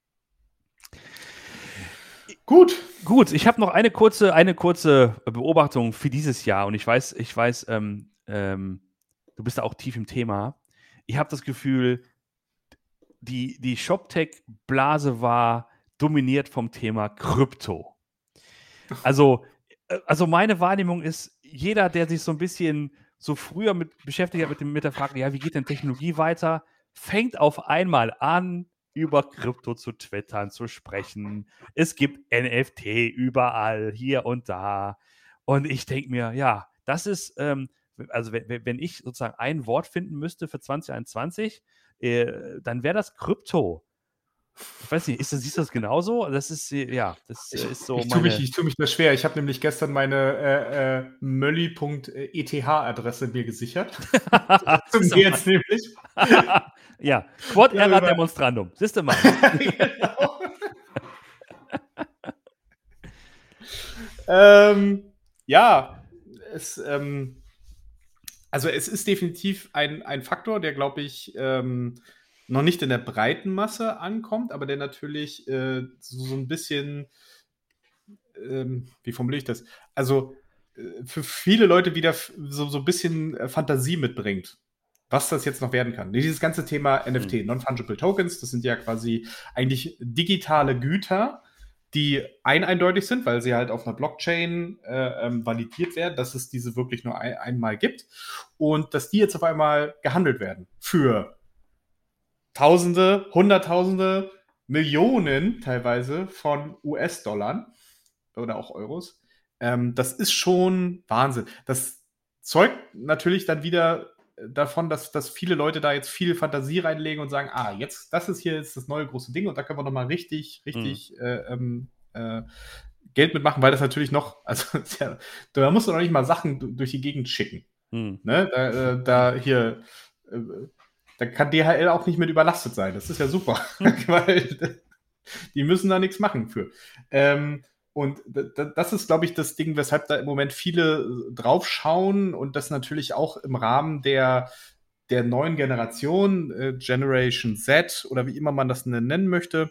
[SPEAKER 2] Gut,
[SPEAKER 1] ich habe noch eine kurze Beobachtung für dieses Jahr. Und ich weiß, du bist da auch tief im Thema. Ich habe das Gefühl, die ShopTech-Blase war dominiert vom Thema Krypto. Also meine Wahrnehmung ist, jeder, der sich so ein bisschen so früher beschäftigt hat mit der Frage, ja, wie geht denn Technologie weiter, fängt auf einmal an, über Krypto zu twittern, zu sprechen. Es gibt NFT überall, hier und da. Und ich denke mir, ja, das ist, also wenn ich sozusagen ein Wort finden müsste für 2021, dann wäre das Krypto. Ich weiß nicht, siehst du das genauso? Das ist, ist so
[SPEAKER 2] ich tue mich da schwer. Ich habe nämlich gestern meine mölli.eth-Adresse mir gesichert. Zum jetzt nämlich.
[SPEAKER 1] Ja, Quod erat demonstrandum. Siehst du mal.
[SPEAKER 2] Genau. Also es ist definitiv ein Faktor, der, glaube ich, noch nicht in der breiten Masse ankommt, aber der natürlich so ein bisschen, wie formuliere ich das? Also für viele Leute wieder so ein bisschen Fantasie mitbringt, was das jetzt noch werden kann. Dieses ganze Thema NFT, Non-Fungible Tokens, das sind ja quasi eigentlich digitale Güter, die eindeutig sind, weil sie halt auf einer Blockchain validiert werden, dass es diese wirklich nur einmal gibt und dass die jetzt auf einmal gehandelt werden für Tausende, Hunderttausende, Millionen teilweise von US-Dollar oder auch Euros. Das ist schon Wahnsinn. Das zeugt natürlich dann wieder davon, dass viele Leute da jetzt viel Fantasie reinlegen und sagen, jetzt, das ist hier jetzt das neue große Ding und da können wir nochmal richtig Geld mitmachen, weil das natürlich noch, also da musst du noch nicht mal Sachen durch die Gegend schicken. Ne? Da kann DHL auch nicht mit überlastet sein. Das ist ja super, weil die müssen da nichts machen für. Und das ist, glaube ich, das Ding, weshalb da im Moment viele drauf schauen und das natürlich auch im Rahmen der neuen Generation, Generation Z oder wie immer man das nennen möchte,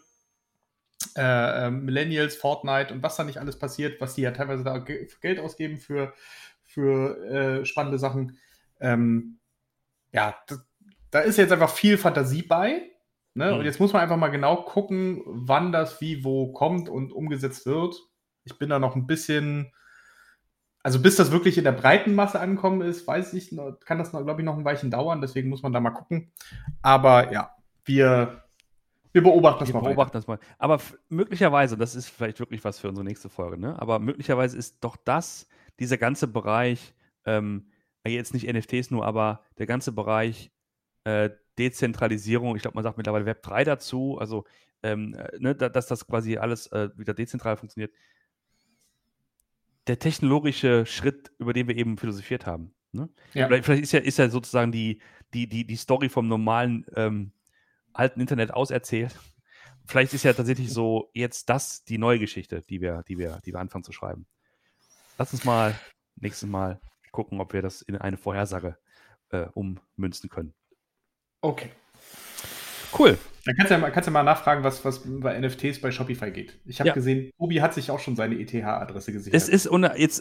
[SPEAKER 2] Millennials, Fortnite und was da nicht alles passiert, was die ja teilweise da Geld ausgeben für für spannende Sachen. Ja, da ist jetzt einfach viel Fantasie bei. Ne? Und jetzt muss man einfach mal genau gucken, wann das wie wo kommt und umgesetzt wird. Ich bin da noch ein bisschen, also bis das wirklich in der breiten Masse ankommen ist, weiß ich, kann das, glaube ich, noch ein Weilchen dauern. Deswegen muss man da mal gucken. Aber ja, wir beobachten das
[SPEAKER 1] Wir
[SPEAKER 2] mal
[SPEAKER 1] beobachten
[SPEAKER 2] weiter.
[SPEAKER 1] das mal. Aber möglicherweise, das ist vielleicht wirklich was für unsere nächste Folge, ne? Aber möglicherweise ist doch dieser ganze Bereich, jetzt nicht NFTs nur, aber der ganze Bereich Dezentralisierung, ich glaube, man sagt mittlerweile Web 3 dazu, also ne, dass das quasi alles wieder dezentral funktioniert. Der technologische Schritt, über den wir eben philosophiert haben. Ne?
[SPEAKER 2] Ja.
[SPEAKER 1] Vielleicht ist ja sozusagen die Story vom normalen alten Internet auserzählt. Vielleicht ist ja tatsächlich so jetzt das die neue Geschichte, die wir anfangen zu schreiben. Lass uns mal nächstes Mal gucken, ob wir das in eine Vorhersage ummünzen können.
[SPEAKER 2] Okay.
[SPEAKER 1] Cool.
[SPEAKER 2] Dann kannst du mal nachfragen, was bei NFTs bei Shopify geht. Ich habe gesehen, Tobi hat sich auch schon seine ETH-Adresse gesichert.
[SPEAKER 1] Es ist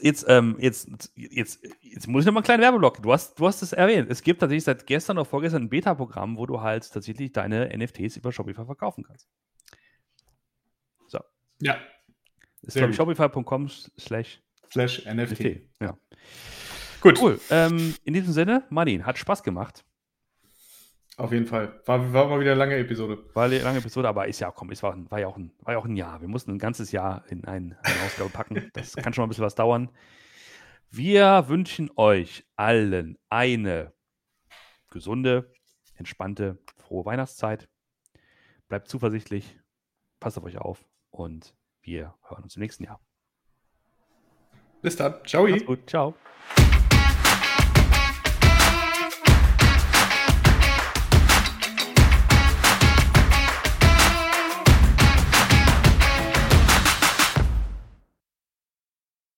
[SPEAKER 1] jetzt muss ich noch mal einen kleinen Werbeblock. Du hast es erwähnt. Es gibt tatsächlich seit gestern oder vorgestern ein Beta-Programm, wo du halt tatsächlich deine NFTs über Shopify verkaufen kannst. So.
[SPEAKER 2] Ja.
[SPEAKER 1] Das ist, glaube ich, shopify.com/NFT. Ja.
[SPEAKER 2] Gut.
[SPEAKER 1] Cool. In diesem Sinne, Martin, hat Spaß gemacht.
[SPEAKER 2] Auf jeden Fall. War mal wieder eine lange Episode.
[SPEAKER 1] War eine lange Episode, aber ist ja auch, komm, war ja auch ein Jahr. Wir mussten ein ganzes Jahr in eine Ausgabe packen. Das kann schon mal ein bisschen was dauern. Wir wünschen euch allen eine gesunde, entspannte, frohe Weihnachtszeit. Bleibt zuversichtlich, passt auf euch auf und wir hören uns im nächsten Jahr.
[SPEAKER 2] Bis dann. Ciao.
[SPEAKER 1] Macht's gut. Ciao.